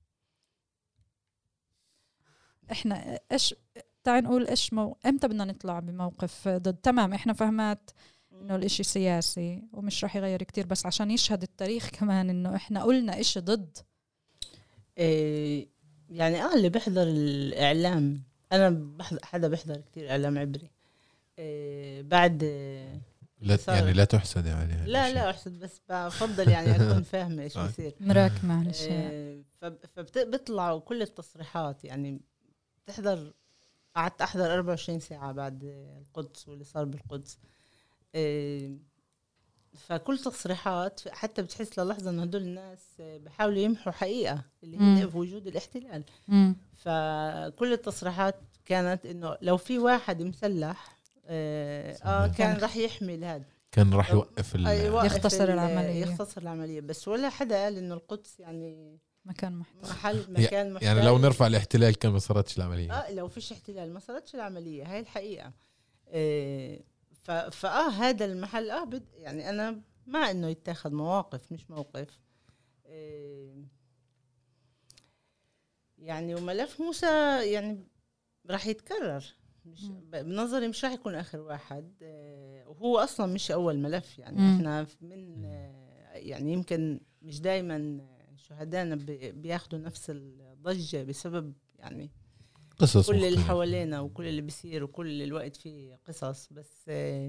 احنا ايش تعال نقول ايش مو... امتى بدنا نطلع بموقف ضد؟ تمام احنا فهمات انه الاشي سياسي ومش راح يغير كتير، بس عشان يشهد التاريخ كمان انه احنا قلنا اشي ضد. إيه يعني اه اللي بيحضر الاعلام، انا بحضر حدا بيحضر كتير اعلام عبري إيه بعد لا يعني لا تحسد يعني لا لا احسد، بس بفضل يعني اكون فاهمه ايش بيصير مراك معلش. إيه فبيطلعوا كل التصريحات، يعني بتحضر. قعدت احضر أربعة وعشرين ساعه بعد القدس واللي صار بالقدس. إيه فكل تصريحات حتى بتحس للحظه ان هدول الناس بحاولوا يمحوا حقيقه اللي هي في وجود الاحتلال. مم. فكل التصريحات كانت انه لو في واحد مسلح اه, آه كان راح يحمل هذا، كان راح يوقف يختصر العمليه يختصر العمليه بس ولا حدا قال انه القدس يعني مكان محترم، محل مكان محترم. يعني لو نرفع الاحتلال كان ما صارتش العمليه. اه لو فيش احتلال ما صارتش العمليه، هاي الحقيقه. آه فاه هذا المحل اه بد يعني انا مع انه يتاخذ مواقف، مش موقف. آه يعني وملف موسى يعني راح يتكرر، مش بنظري مش راح يكون اخر واحد. آه وهو اصلا مش اول ملف يعني. م. احنا من آه يعني يمكن مش دايما شهدائنا بياخدوا نفس الضجة بسبب يعني قصص كل اللي حوالينا وكل اللي بيصير وكل الوقت فيه قصص. بس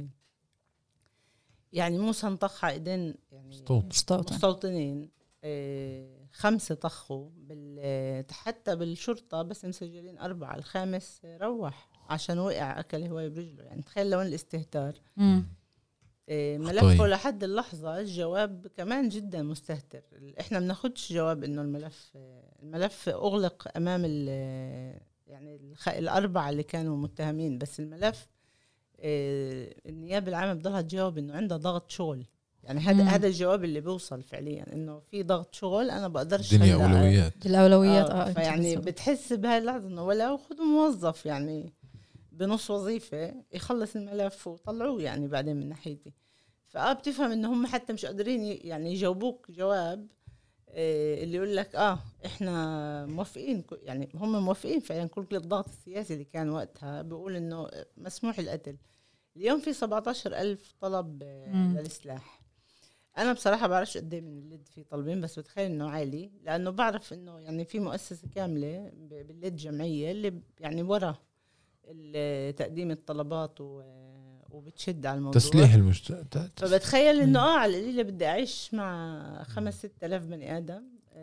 يعني موسى انطخ ايدين يعني مستوطنين، خمسة طخوا حتى بالشرطة بس مسجلين أربعة، الخامس روح عشان وقع أكل هواي برجله. يعني تخيل لون الاستهتار. م. ملفه لحد اللحظة الجواب كمان جدا مستهتر. احنا بناخدش جواب انه الملف الملف اغلق امام يعني الاربعة اللي كانوا متهمين، بس الملف النيابة العامة بضلها تجاوب انه عندها ضغط شغل. يعني هذا هذا الجواب اللي بيوصل فعليا انه في ضغط شغل، انا بقدرش الدنيا اولويات الاولويات اه فيعني بتحس بهاي اللحظة انه ولا خذوا موظف يعني بنص وظيفة يخلص الملف وطلعوه يعني بعدين من ناحيتي. فآه بتفهم إن هم حتى مش قادرين يعني يجاوبوك جواب إيه اللي يقول لك آه إحنا موافقين. يعني هم موافقين فعلا. كل الضغط السياسي اللي كان وقتها بيقول إنه مسموح القتل. اليوم في سبعة عشر ألف طلب للسلاح. أنا بصراحة بعرفش قد إيه من اللد في طلبين، بس بتخيل إنه عالي، لأنه بعرف إنه يعني في مؤسسة كاملة باللد جمعية اللي يعني ورا تقديم الطلبات وبتشد على الموضوع تسليح المجتمع. فبتخيل انه اه على القليله بدي اعيش مع خمس ست آلاف بني ادم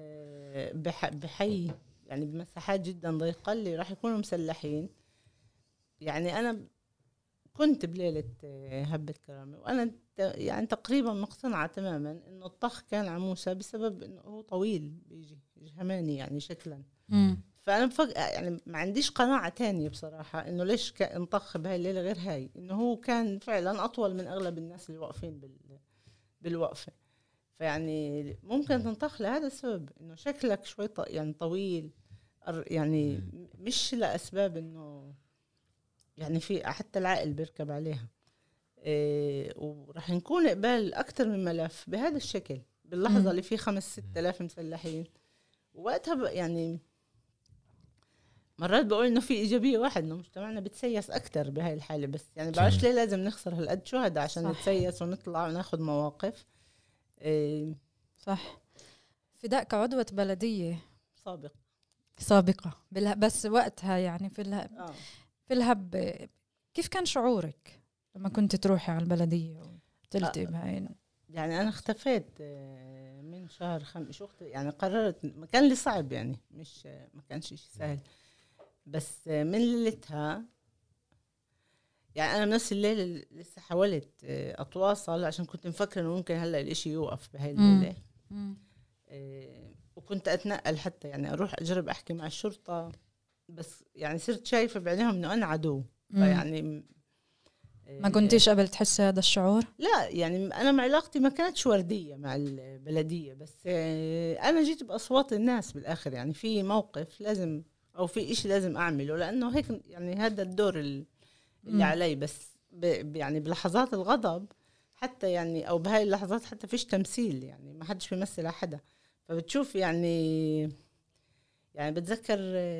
بحي يعني بمساحات جدا ضيقه اللي راح يكونوا مسلحين. يعني انا كنت بليله هبة كرامه وانا يعني تقريبا مقتنعه تماما انه الطخ كان على موسى بسبب انه هو طويل بيجي جهماني يعني شكلا. م. فأنا بفق... يعني ما عنديش قناعة تانية بصراحة إنه ليش انطخ بهاي الليلة غير هاي، إنه هو كان فعلا أطول من أغلب الناس اللي واقفين بال... بالوقفة. فيعني ممكن تنطخ لهذا السبب إنه شكلك شوي ط... يعني طويل يعني مش لأسباب إنه يعني في حتى العائل بيركب عليها. إيه ورح نكون قبال أكتر من ملف بهذا الشكل باللحظة م. اللي فيه خمس ست آلاف مسلحين. وقتها يعني مرات بقول إنه في إيجابية واحد إنه مجتمعنا بتسيس أكتر بهاي الحالة، بس يعني بعرفش ليه لازم نخسر هالقد شهداء عشان صح. نتسيس ونطلع وناخد مواقف. إيه صح. فداء كعضوة بلدية سابق سابقة بس وقتها يعني في الهب آه. في الهب كيف كان شعورك لما كنت تروحي على البلدية وتلتقي بهاي؟ آه. يعني أنا اختفيت من شهر خمس شو يعني قررت. ما كان لي صعب يعني مش ما كانش شيء سهل. بس من ليلتها يعني أنا نفس الليلة لسه حاولت أتواصل عشان كنت مفكرة إنه ممكن هلا الإشي يوقف بهاي الليلة. إيه وكنت أتنقل حتى يعني أروح أجرب أحكي مع الشرطة، بس يعني صرت شايفة بعينهم إنه أنا عدو. فيعني ما كنتيش قبل تحسي هذا الشعور؟ لا يعني أنا مع علاقتي ما كانتش وردية مع البلدية، بس أنا جيت بأصوات الناس بالآخر. يعني في موقف لازم أو في إشي لازم أعمله، لأنه هيك يعني هذا الدور اللي م. علي. بس ب يعني بلحظات الغضب حتى يعني أو بهاي اللحظات حتى فيش تمثيل، يعني ما حدش بيمثل على حدا. فبتشوف يعني يعني بتذكر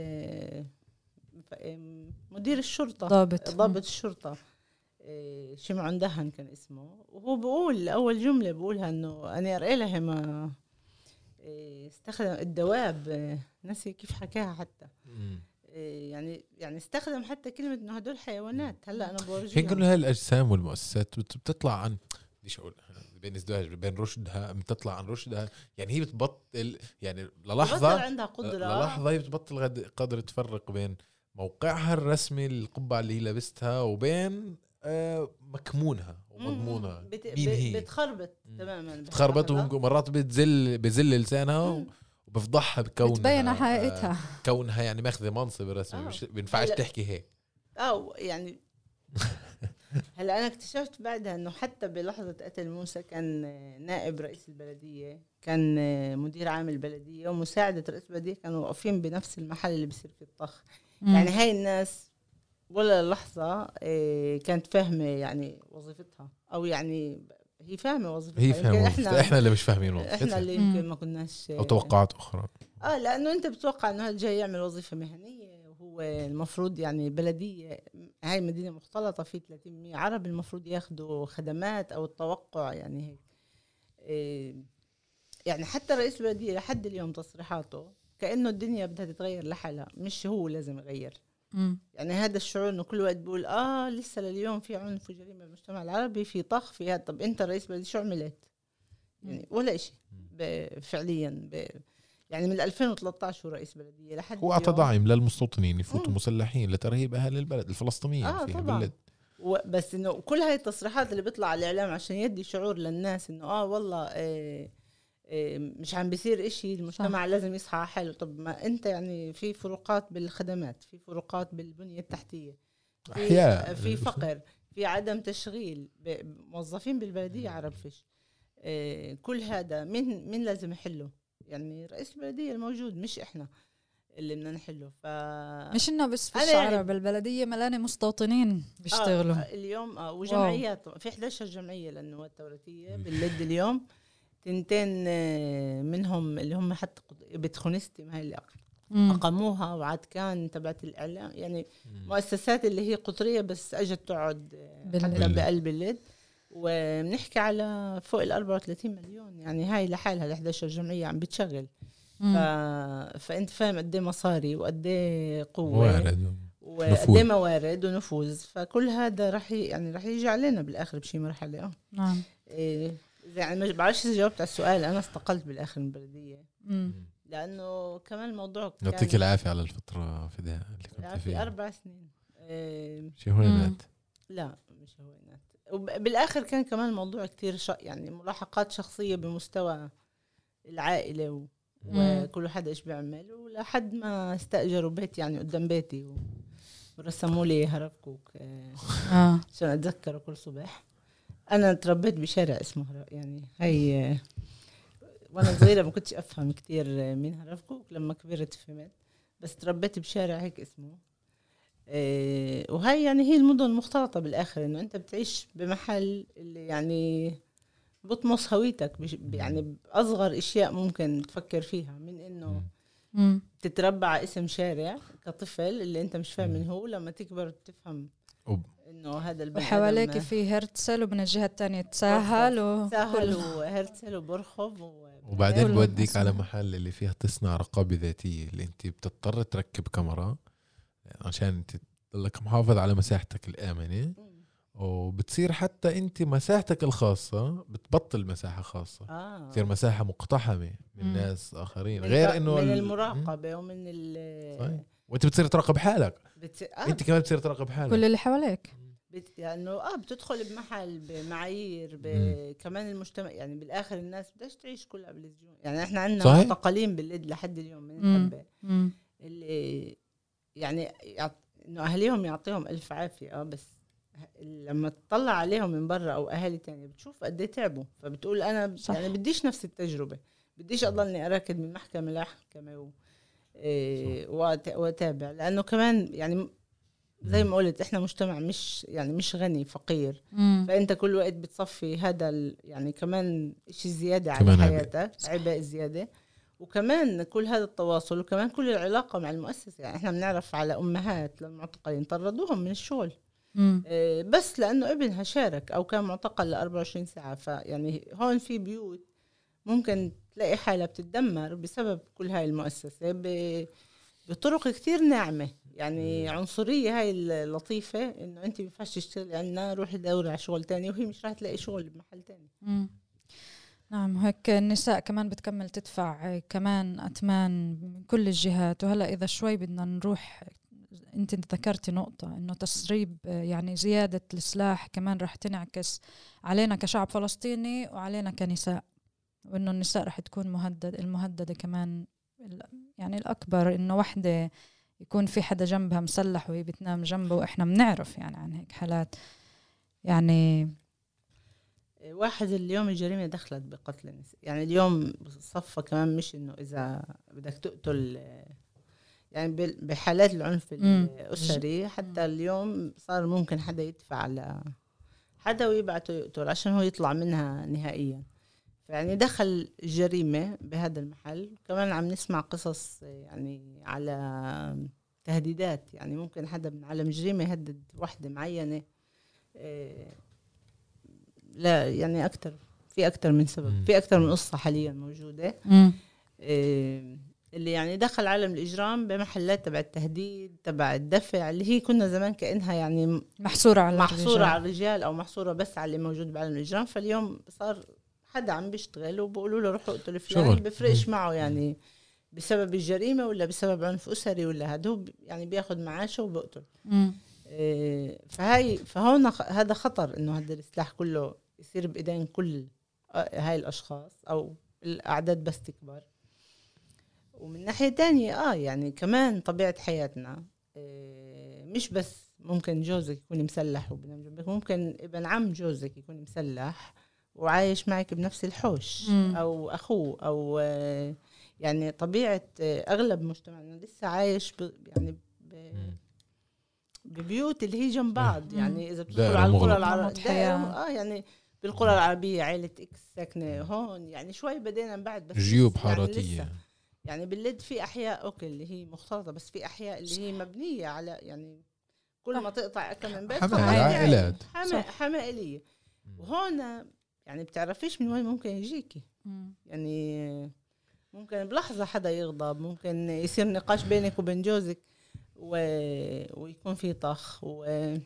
مدير الشرطة ضابط ضابط الشرطة شمعون دهن كان اسمه، وهو بقول أول جملة بقولها إنه أنا أرأي لها ما استخدم الدواب، نسي كيف حكاها حتى يعني يعني استخدم حتى كلمة إنه هدول حيوانات. هلا أنا بورجيهم هيك كل هاي الأجسام والمؤسسات بتطلع عن ليش أقول بين ازدواج بين رشدها بتطلع عن رشدها. يعني هي بتبطل يعني للحظة عندها قدرة للحظة هي بتبطل قادرة تفرق بين موقعها الرسمي القبعة اللي هي لابستها وبين آه مكمونها ومضمونها. بت... بتخربط تماما بتخربط ومرات بتزل بزل لسانها وبفضحها بكونها بتبين حقيقتها آه كونها يعني ماخذة منصب رسمي آه. مش بينفعش تحكي هيك. اه يعني هلا أنا اكتشفت بعدها إنه حتى بلحظة قتل موسى كان نائب رئيس البلدية، كان مدير عام البلدية ومساعدة رئيس البلدية كانوا واقفين بنفس المحل اللي بيصير فيه الطخ. مم. يعني هاي الناس ولا لحظة كانت فاهمة يعني وظيفتها، أو يعني هي فاهمة وظيفتها. هي فاهمة إحنا, إحنا اللي مش فاهمين وظيفتها. إحنا اللي يمكن ما كناش أو توقعات أخرى. آه لأنه أنت بتوقع إنه هذا جاي يعمل وظيفة مهنية، وهو المفروض يعني بلدية هاي مدينة مختلطة في ثلاثين بالمية عرب، المفروض ياخدوا خدمات أو التوقع يعني هيك. إيه يعني حتى رئيس البلدية لحد اليوم تصريحاته كأنه الدنيا بدها تتغير لحالها، مش هو لازم يغير. م. يعني هذا الشعور إنه كل وقت بيقول آه لسه لليوم في عنف وجريمة بالمجتمع العربي، في طخ في هذا. طب أنت رئيس البلدية شو عملت؟ يعني ولا إشي فعليا ب يعني من ألفين وثلاثة عشر هو رئيس بلدية لحد هو أعطى دعم للمستوطنين يفوتوا مسلحين لترهيب أهل البلد الفلسطينيين آه فيها طبعا. البلد. بس إنه كل هاي التصريحات اللي بيطلع على الإعلام عشان يدي شعور للناس إنه آه والله إيه إيه مش عم بيصير إشي، المجتمع صح. لازم يصحى على حاله. طب ما أنت يعني في فروقات بالخدمات، في فروقات بالبنية التحتية، في, في فقر، في عدم تشغيل موظفين بالبلدية عرب فيش. إيه كل هذا من من لازم يحله؟ يعني رئيس البلدية الموجود، مش إحنا اللي بدنا نحله. ف مش إنه بس في الشعر يعني بالبلدية ملانة مستوطنين بيشتغلوا آه اليوم آه وجمعيات واو. في إحدى عشرة جمعية للنواب التوراتية باللد اليوم، تنتين منهم اللي هم حتى بتخونستي ما هي اللي أقاموها، وعاد كان تبعت الإعلام يعني مم. مؤسسات اللي هي قطرية بس أجت تقعد حتى بقلب اللد. وبنحكي على فوق ال أربعة وثلاثين مليون، يعني هاي لحالها ال إحدى عشرة جمعية عم بتشغل. ف... فأنت فاهم قد ايه مصاري وقد ايه قوة وقد ايه موارد ونفوذ. فكل هذا رح ي... يعني رح يجي علينا بالآخر بشي مرحلة. نعم. إيه يعني ما بعرفش إذا جاوبت على السؤال. أنا استقلت بالآخر من البلدية مم. لأنه كمان الموضوع يعطيك العافية على الفترة في ده اللي كنت فيها. في أربع سنين إيه شهوينات؟ لا مش شهوينات. وبالآخر كان كمان الموضوع كتير ش... يعني ملاحقات شخصية بمستوى العائلة و... وكل حدا إيش بيعمل، ولحد ما استأجروا بيت يعني قدام بيتي و... ورسموا لي هرفكوك آه. عشان أتذكره كل صبح. أنا تربيت بشارع اسمه هرف... يعني هاي وأنا صغيرة ما كنتش أفهم كتير من هرفكوك، لما كبرت فهمت. بس تربيت بشارع هيك اسمه إيه. وهي يعني هي المدن المختلطة بالآخر، إنه أنت بتعيش بمحل اللي يعني بطمس هويتك يعني بأصغر إشياء ممكن تفكر فيها، من إنه مم. تتربع على اسم شارع كطفل اللي أنت مش فاهم من هو، لما تكبر تفهم إنه هذا البني وحواليك في هرتسل ومن الجهة الثانية تساهل و... تساهل وهرتسل وبرخب و... وبعدين بوديك على محل اللي فيها تصنع رقابة ذاتية، اللي أنت بتضطر تركب كاميرا عشان تضلك محافظ على مساحتك الآمنة، وبتصير حتى انت مساحتك الخاصة بتبطل مساحة خاصة، آه. تصير مساحة مقتحمة من مم. ناس آخرين، غير انه من المراقبة ومن ال وانت بتصير تراقب حالك بت... آه انت كمان بتصير تراقب حالك كل اللي حواليك بت... يعني اه بتدخل بمحل بمعايير ب... كمان المجتمع يعني بالاخر الناس بدها تعيش كلها بالسجون. يعني احنا عندنا معتقلين بالليد لحد اليوم من الحبه اللي يعني يعط... انه اهاليهم يعطيهم الف عافيه اه بس لما تطلع عليهم من برا او اهالي تانية بتشوف قد ايه تعبوا فبتقول انا صح. يعني بديش نفس التجربه بديش اضلني اراكد من محكمه لمحكمه و... إيه واتابع لانه كمان يعني زي ما قلت احنا مجتمع مش يعني مش غني فقير مم. فانت كل وقت بتصفي هذا يعني كمان شيء زياده على حياتك عبء زياده وكمان كل هذا التواصل وكمان كل العلاقه مع المؤسسه. يعني احنا بنعرف على امهات للمعتقلين طردوهم من الشغل إيه بس لانه ابنها شارك او كان معتقل ل أربعة وعشرين ساعه. فيعني هون في بيوت ممكن تلاقي حالة بتتدمر بسبب كل هاي المؤسسة بطرق كتير ناعمة. يعني عنصرية هاي اللطيفة إنه أنت بينفعش تشتغلي عنا روحي دوري على شغل تاني وهي مش راح تلاقي شغل بمحل تاني. مم. نعم هيك النساء كمان بتكمل تدفع كمان أتمان من كل الجهات. وهلأ إذا شوي بدنا نروح أنت ذكرتي نقطة إنه تسريب يعني زيادة السلاح كمان راح تنعكس علينا كشعب فلسطيني وعلينا كنساء وإنه النساء رح تكون مهدد المهددة كمان يعني الأكبر إنه وحدة يكون في حدا جنبها مسلح وهي بتنام جنبه. وإحنا بنعرف يعني عن هيك حالات. يعني واحد اليوم الجريمة دخلت بقتل النساء. يعني اليوم صفة كمان مش إنه إذا بدك تقتل يعني بحالات العنف الأسري حتى اليوم صار ممكن حدا يدفع على حدا ويبعته يقتل عشان هو يطلع منها نهائيا. يعني دخل الجريمة بهذا المحل. كمان عم نسمع قصص يعني على تهديدات. يعني ممكن حدا من عالم الجريمة يهدد واحدة معينة إيه لا يعني أكتر في أكتر من سبب م. في أكتر من قصة حاليا موجودة إيه اللي يعني دخل عالم الإجرام بمحلات تبع التهديد تبع الدفع اللي هي كنا زمان كأنها يعني محصورة على محصورة الرجال. على الرجال أو محصورة بس على اللي موجود بعالم الإجرام. فاليوم صار حدا عم بيشتغل وبقولوا له روحوا اقتلوا فلان بفرقش معه يعني بسبب الجريمة ولا بسبب عنف أسري ولا هذا هو يعني بياخد معاشه وبقتل. إيه فهاي فهون هذا خطر إنه هذا السلاح كله يصير بإيدين كل هاي الأشخاص أو الأعداد بس تكبر. ومن ناحية تانية آه يعني كمان طبيعة حياتنا إيه مش بس ممكن جوزك يكون مسلح وبنام جنبك ممكن ابن عم جوزك يكون مسلح وعايش معك بنفس الحوش مم. أو أخوه أو يعني طبيعة أغلب مجتمعنا لسه عايش ب يعني ب ببيوت اللي هي جنب بعض. يعني إذا بتدخل على القرى العربية آه يعني بالقرى العربية عائلة إكس ساكنة هون يعني شوي بدينا بعد بس جيوب حاراتية. يعني, يعني بالليد في أحياء أوكي اللي هي مختلطة بس في أحياء اللي هي مبنية على يعني كل ما تقطع أكل من بيت عائلات حمائلية. وهون يعني بتعرفيش من وين ممكن يجيكي. يعني ممكن بلحظة حدا يغضب ممكن يصير نقاش بينك وبين جوزك و... ويكون في طخ و...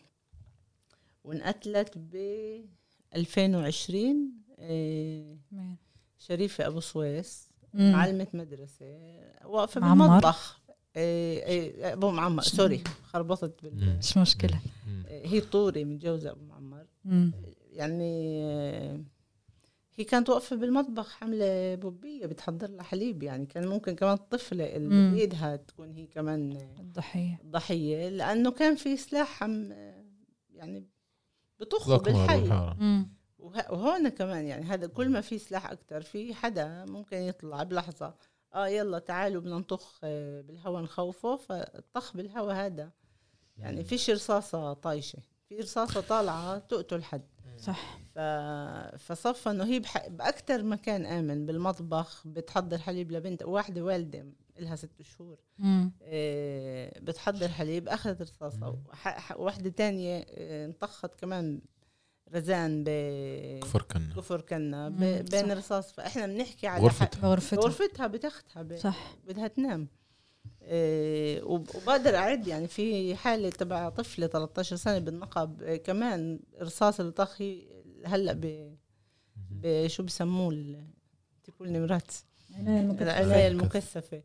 وانقتلت ب ألفين وعشرين إيه... شريفة أبو سويس مم. معلمة مدرسة واقفة بالمطبخ إيه... إيه... أبو معمر سوري خربطت بال... مش مشكلة هي طوري متجوزة أبو معمر مم. يعني هي كانت واقفة بالمطبخ حاملة بوبية بتحضر لها حليب. يعني كان ممكن كمان الطفلة اللي بإيدها تكون هي كمان الضحية ضحية لأنه كان في سلاح عم يعني بطخه بالحي. وهون كمان يعني هذا كل ما في سلاح أكتر في حدا ممكن يطلع بلحظة آه يلا تعالوا بدنا نطخ بالهواء نخوفه فالطخ بالهواء هذا يعني فيش رصاصة طايشة في رصاصة طالعة تقتل حد. صح. ف... فصفى انه هي بح... باكثر مكان امن بالمطبخ بتحضر حليب لبنت واحده والده لها ست شهور إيه بتحضر حليب اخذت رصاصه وح... واحده تانية إيه انطخت كمان رزان ب كفر كنا كفر كنا ب... بين رصاص. فاحنا بنحكي على غرفتها ح... غرفتها, غرفتها بتختها ب... صح بدها تنام. إيه وبقدر أعد يعني في حالة تبع طفلة ثلاثة عشر سنة بالنقب إيه كمان رصاص الطخي هلأ ب بشو بسموه تقول نمرات العناية المكثفة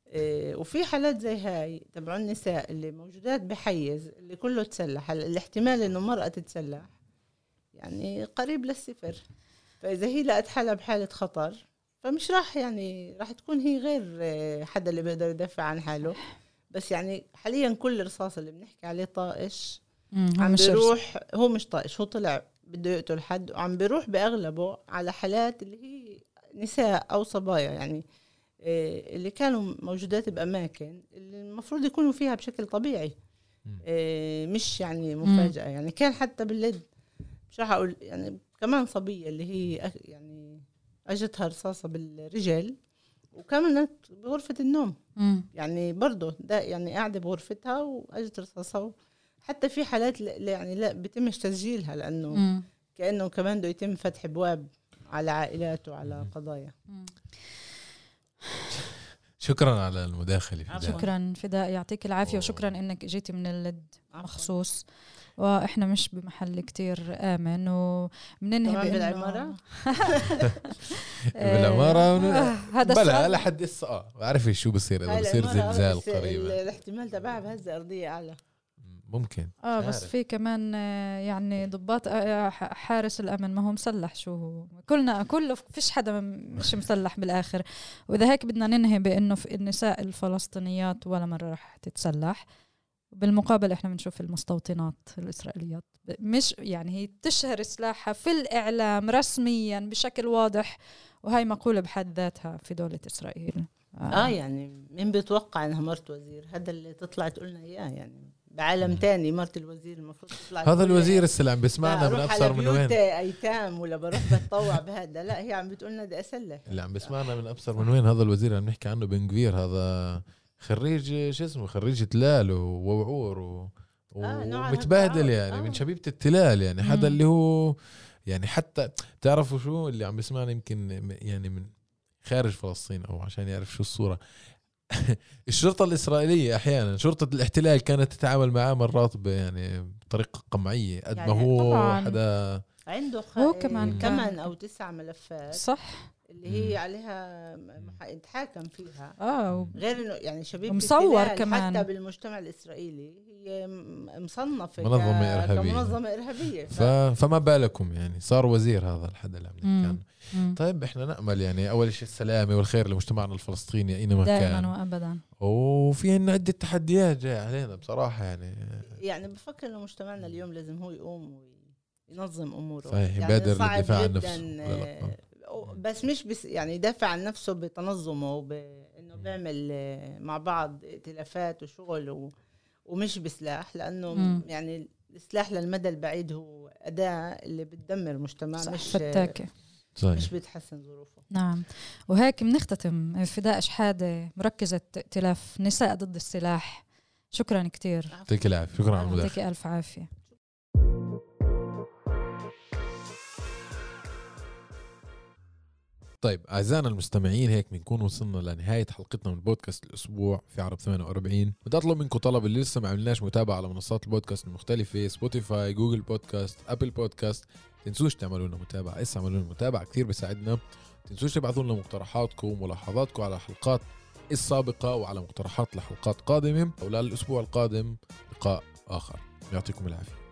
إيه وفي حالات زي هاي تبع النساء اللي موجودات بحيز اللي كله تسلح، الاحتمال انه مرأة تتسلح يعني قريب للصفر. فاذا هي لقت حالها بحالة خطر فمش راح يعني راح تكون هي غير حدا اللي بيقدر يدافع عن حاله. بس يعني حاليا كل رصاص اللي بنحكي عليه طائش عم بيروح، هو مش طائش، هو طلع بده يقتل حد وعم بيروح بأغلبه على حالات اللي هي نساء أو صبايا يعني اللي كانوا موجودات بأماكن اللي المفروض يكونوا فيها بشكل طبيعي، مش يعني مفاجأة. يعني كان حتى بالليل مش راح أقول يعني كمان صبية اللي هي يعني أجتها رصاصة بالرجل وكانت بغرفة النوم. مم. يعني برضو ده يعني قاعدة بغرفتها وأجت رصاصة. حتى في حالات يعني لا بيتمش تسجيلها لأنه مم. كأنه كمان بده يتم فتح أبواب على عائلات وعلى قضايا. مم. شكرا على المداخلة فداء. شكرا فداء، يعطيك العافية. أوه. وشكرا إنك جيتي من اللد مخصوص. وإحنا مش بمحل كتير آمن ومننهي بالعمارة بالعمارة هذا بلا لحد الساعة بعرف شو بصير إذا بصير زلزال قريبا الاحتمال تبعها بهزة أرضية أعلى ممكن. اه بس في كمان يعني ضباط حارس الامن ما هو مسلح، شو هو كلنا كله فيش حدا مش مسلح بالاخر. واذا هيك بدنا ننهي بانه في النساء الفلسطينيات ولا مره راح تتسلح، بالمقابل احنا بنشوف المستوطنات الاسرائيليات مش يعني هي تشهر سلاحها في الاعلام رسميا بشكل واضح، وهي مقوله بحد ذاتها في دوله اسرائيل. اه, آه يعني مين بيتوقع انها مرت وزير؟ هذا اللي تطلع تقولنا اياه يعني بعالم تاني مرت الوزير المفروض تطلع هذا الوزير اللي عم بسمعنا من ابصر من وين ايتام ولا بروح بتطوع بهذا، لا هي عم بتقولنا بدي اسلح. اللي عم بسمعنا من ابصر من وين هذا الوزير اللي عم نحكي عنه بن غفير، هذا خريج شو اسمه خريج تلال ووعور و... آه ومتبهدل يعني آه. من شبيبة التلال يعني مم. حدا اللي هو يعني حتى تعرفوا شو اللي عم بسمعنا يمكن يعني من خارج فلسطين او عشان يعرف شو الصورة. الشرطة الإسرائيلية أحيانا شرطة الاحتلال كانت تتعامل معاه مرات يعني بطريقة قمعية قد ما هو يعني حدا عنده هو كمان كمان أو تسع ملفات صح اللي هي مم. عليها يتحاكم فيها اه غير انه يعني شبيب مصور كمان حتى بالمجتمع الاسرائيلي هي مصنفه منظمه ارهابيه كمنظمه ارهابيه ف... فما بالكم يعني صار وزير هذا الحدا اللي عم نحكي عنه. طيب احنا نامل يعني اول شيء السلامه والخير لمجتمعنا الفلسطيني اينما كان دائما وابدا، وفي عندنا عده تحديات جايه علينا بصراحه يعني يعني بفكر انه مجتمعنا اليوم لازم هو يقوم وينظم اموره صحيح يعني يبادر للدفاع عن نفسه بس مش بس يعني يدافع عن نفسه بتنظمه وبانه بيعمل مع بعض ائتلافات وشغل و... ومش بسلاح، لانه م. يعني السلاح للمدى البعيد هو اداه اللي بتدمر مجتمع مش فتاكة. مش بتحسن ظروفه. نعم. وهيك بنختتم فداء شحاده مركزه ائتلاف نساء ضد السلاح. شكرا كتير. يعطيك العافيه. شكرا على المداخله. يعطيك الف عافيه. طيب أعزائنا المستمعين هيك بنكون وصلنا لنهاية حلقتنا من بودكاست الأسبوع في عرب ثمانية وأربعين. بدي أطلب منكم طلب اللي لسه ما عملناش متابعة على منصات البودكاست المختلفة سبوتيفاي جوجل بودكاست أبل بودكاست، تنسوش تعملوا لنا متابعة إسا عملوا لنا متابعة كثير بيساعدنا. تنسوش تبعثوا لنا مقترحاتكم وملاحظاتكم على الحلقات السابقة وعلى مقترحات لحلقات قادمة. ولا الأسبوع القادم لقاء آخر. يعطيكم العافية.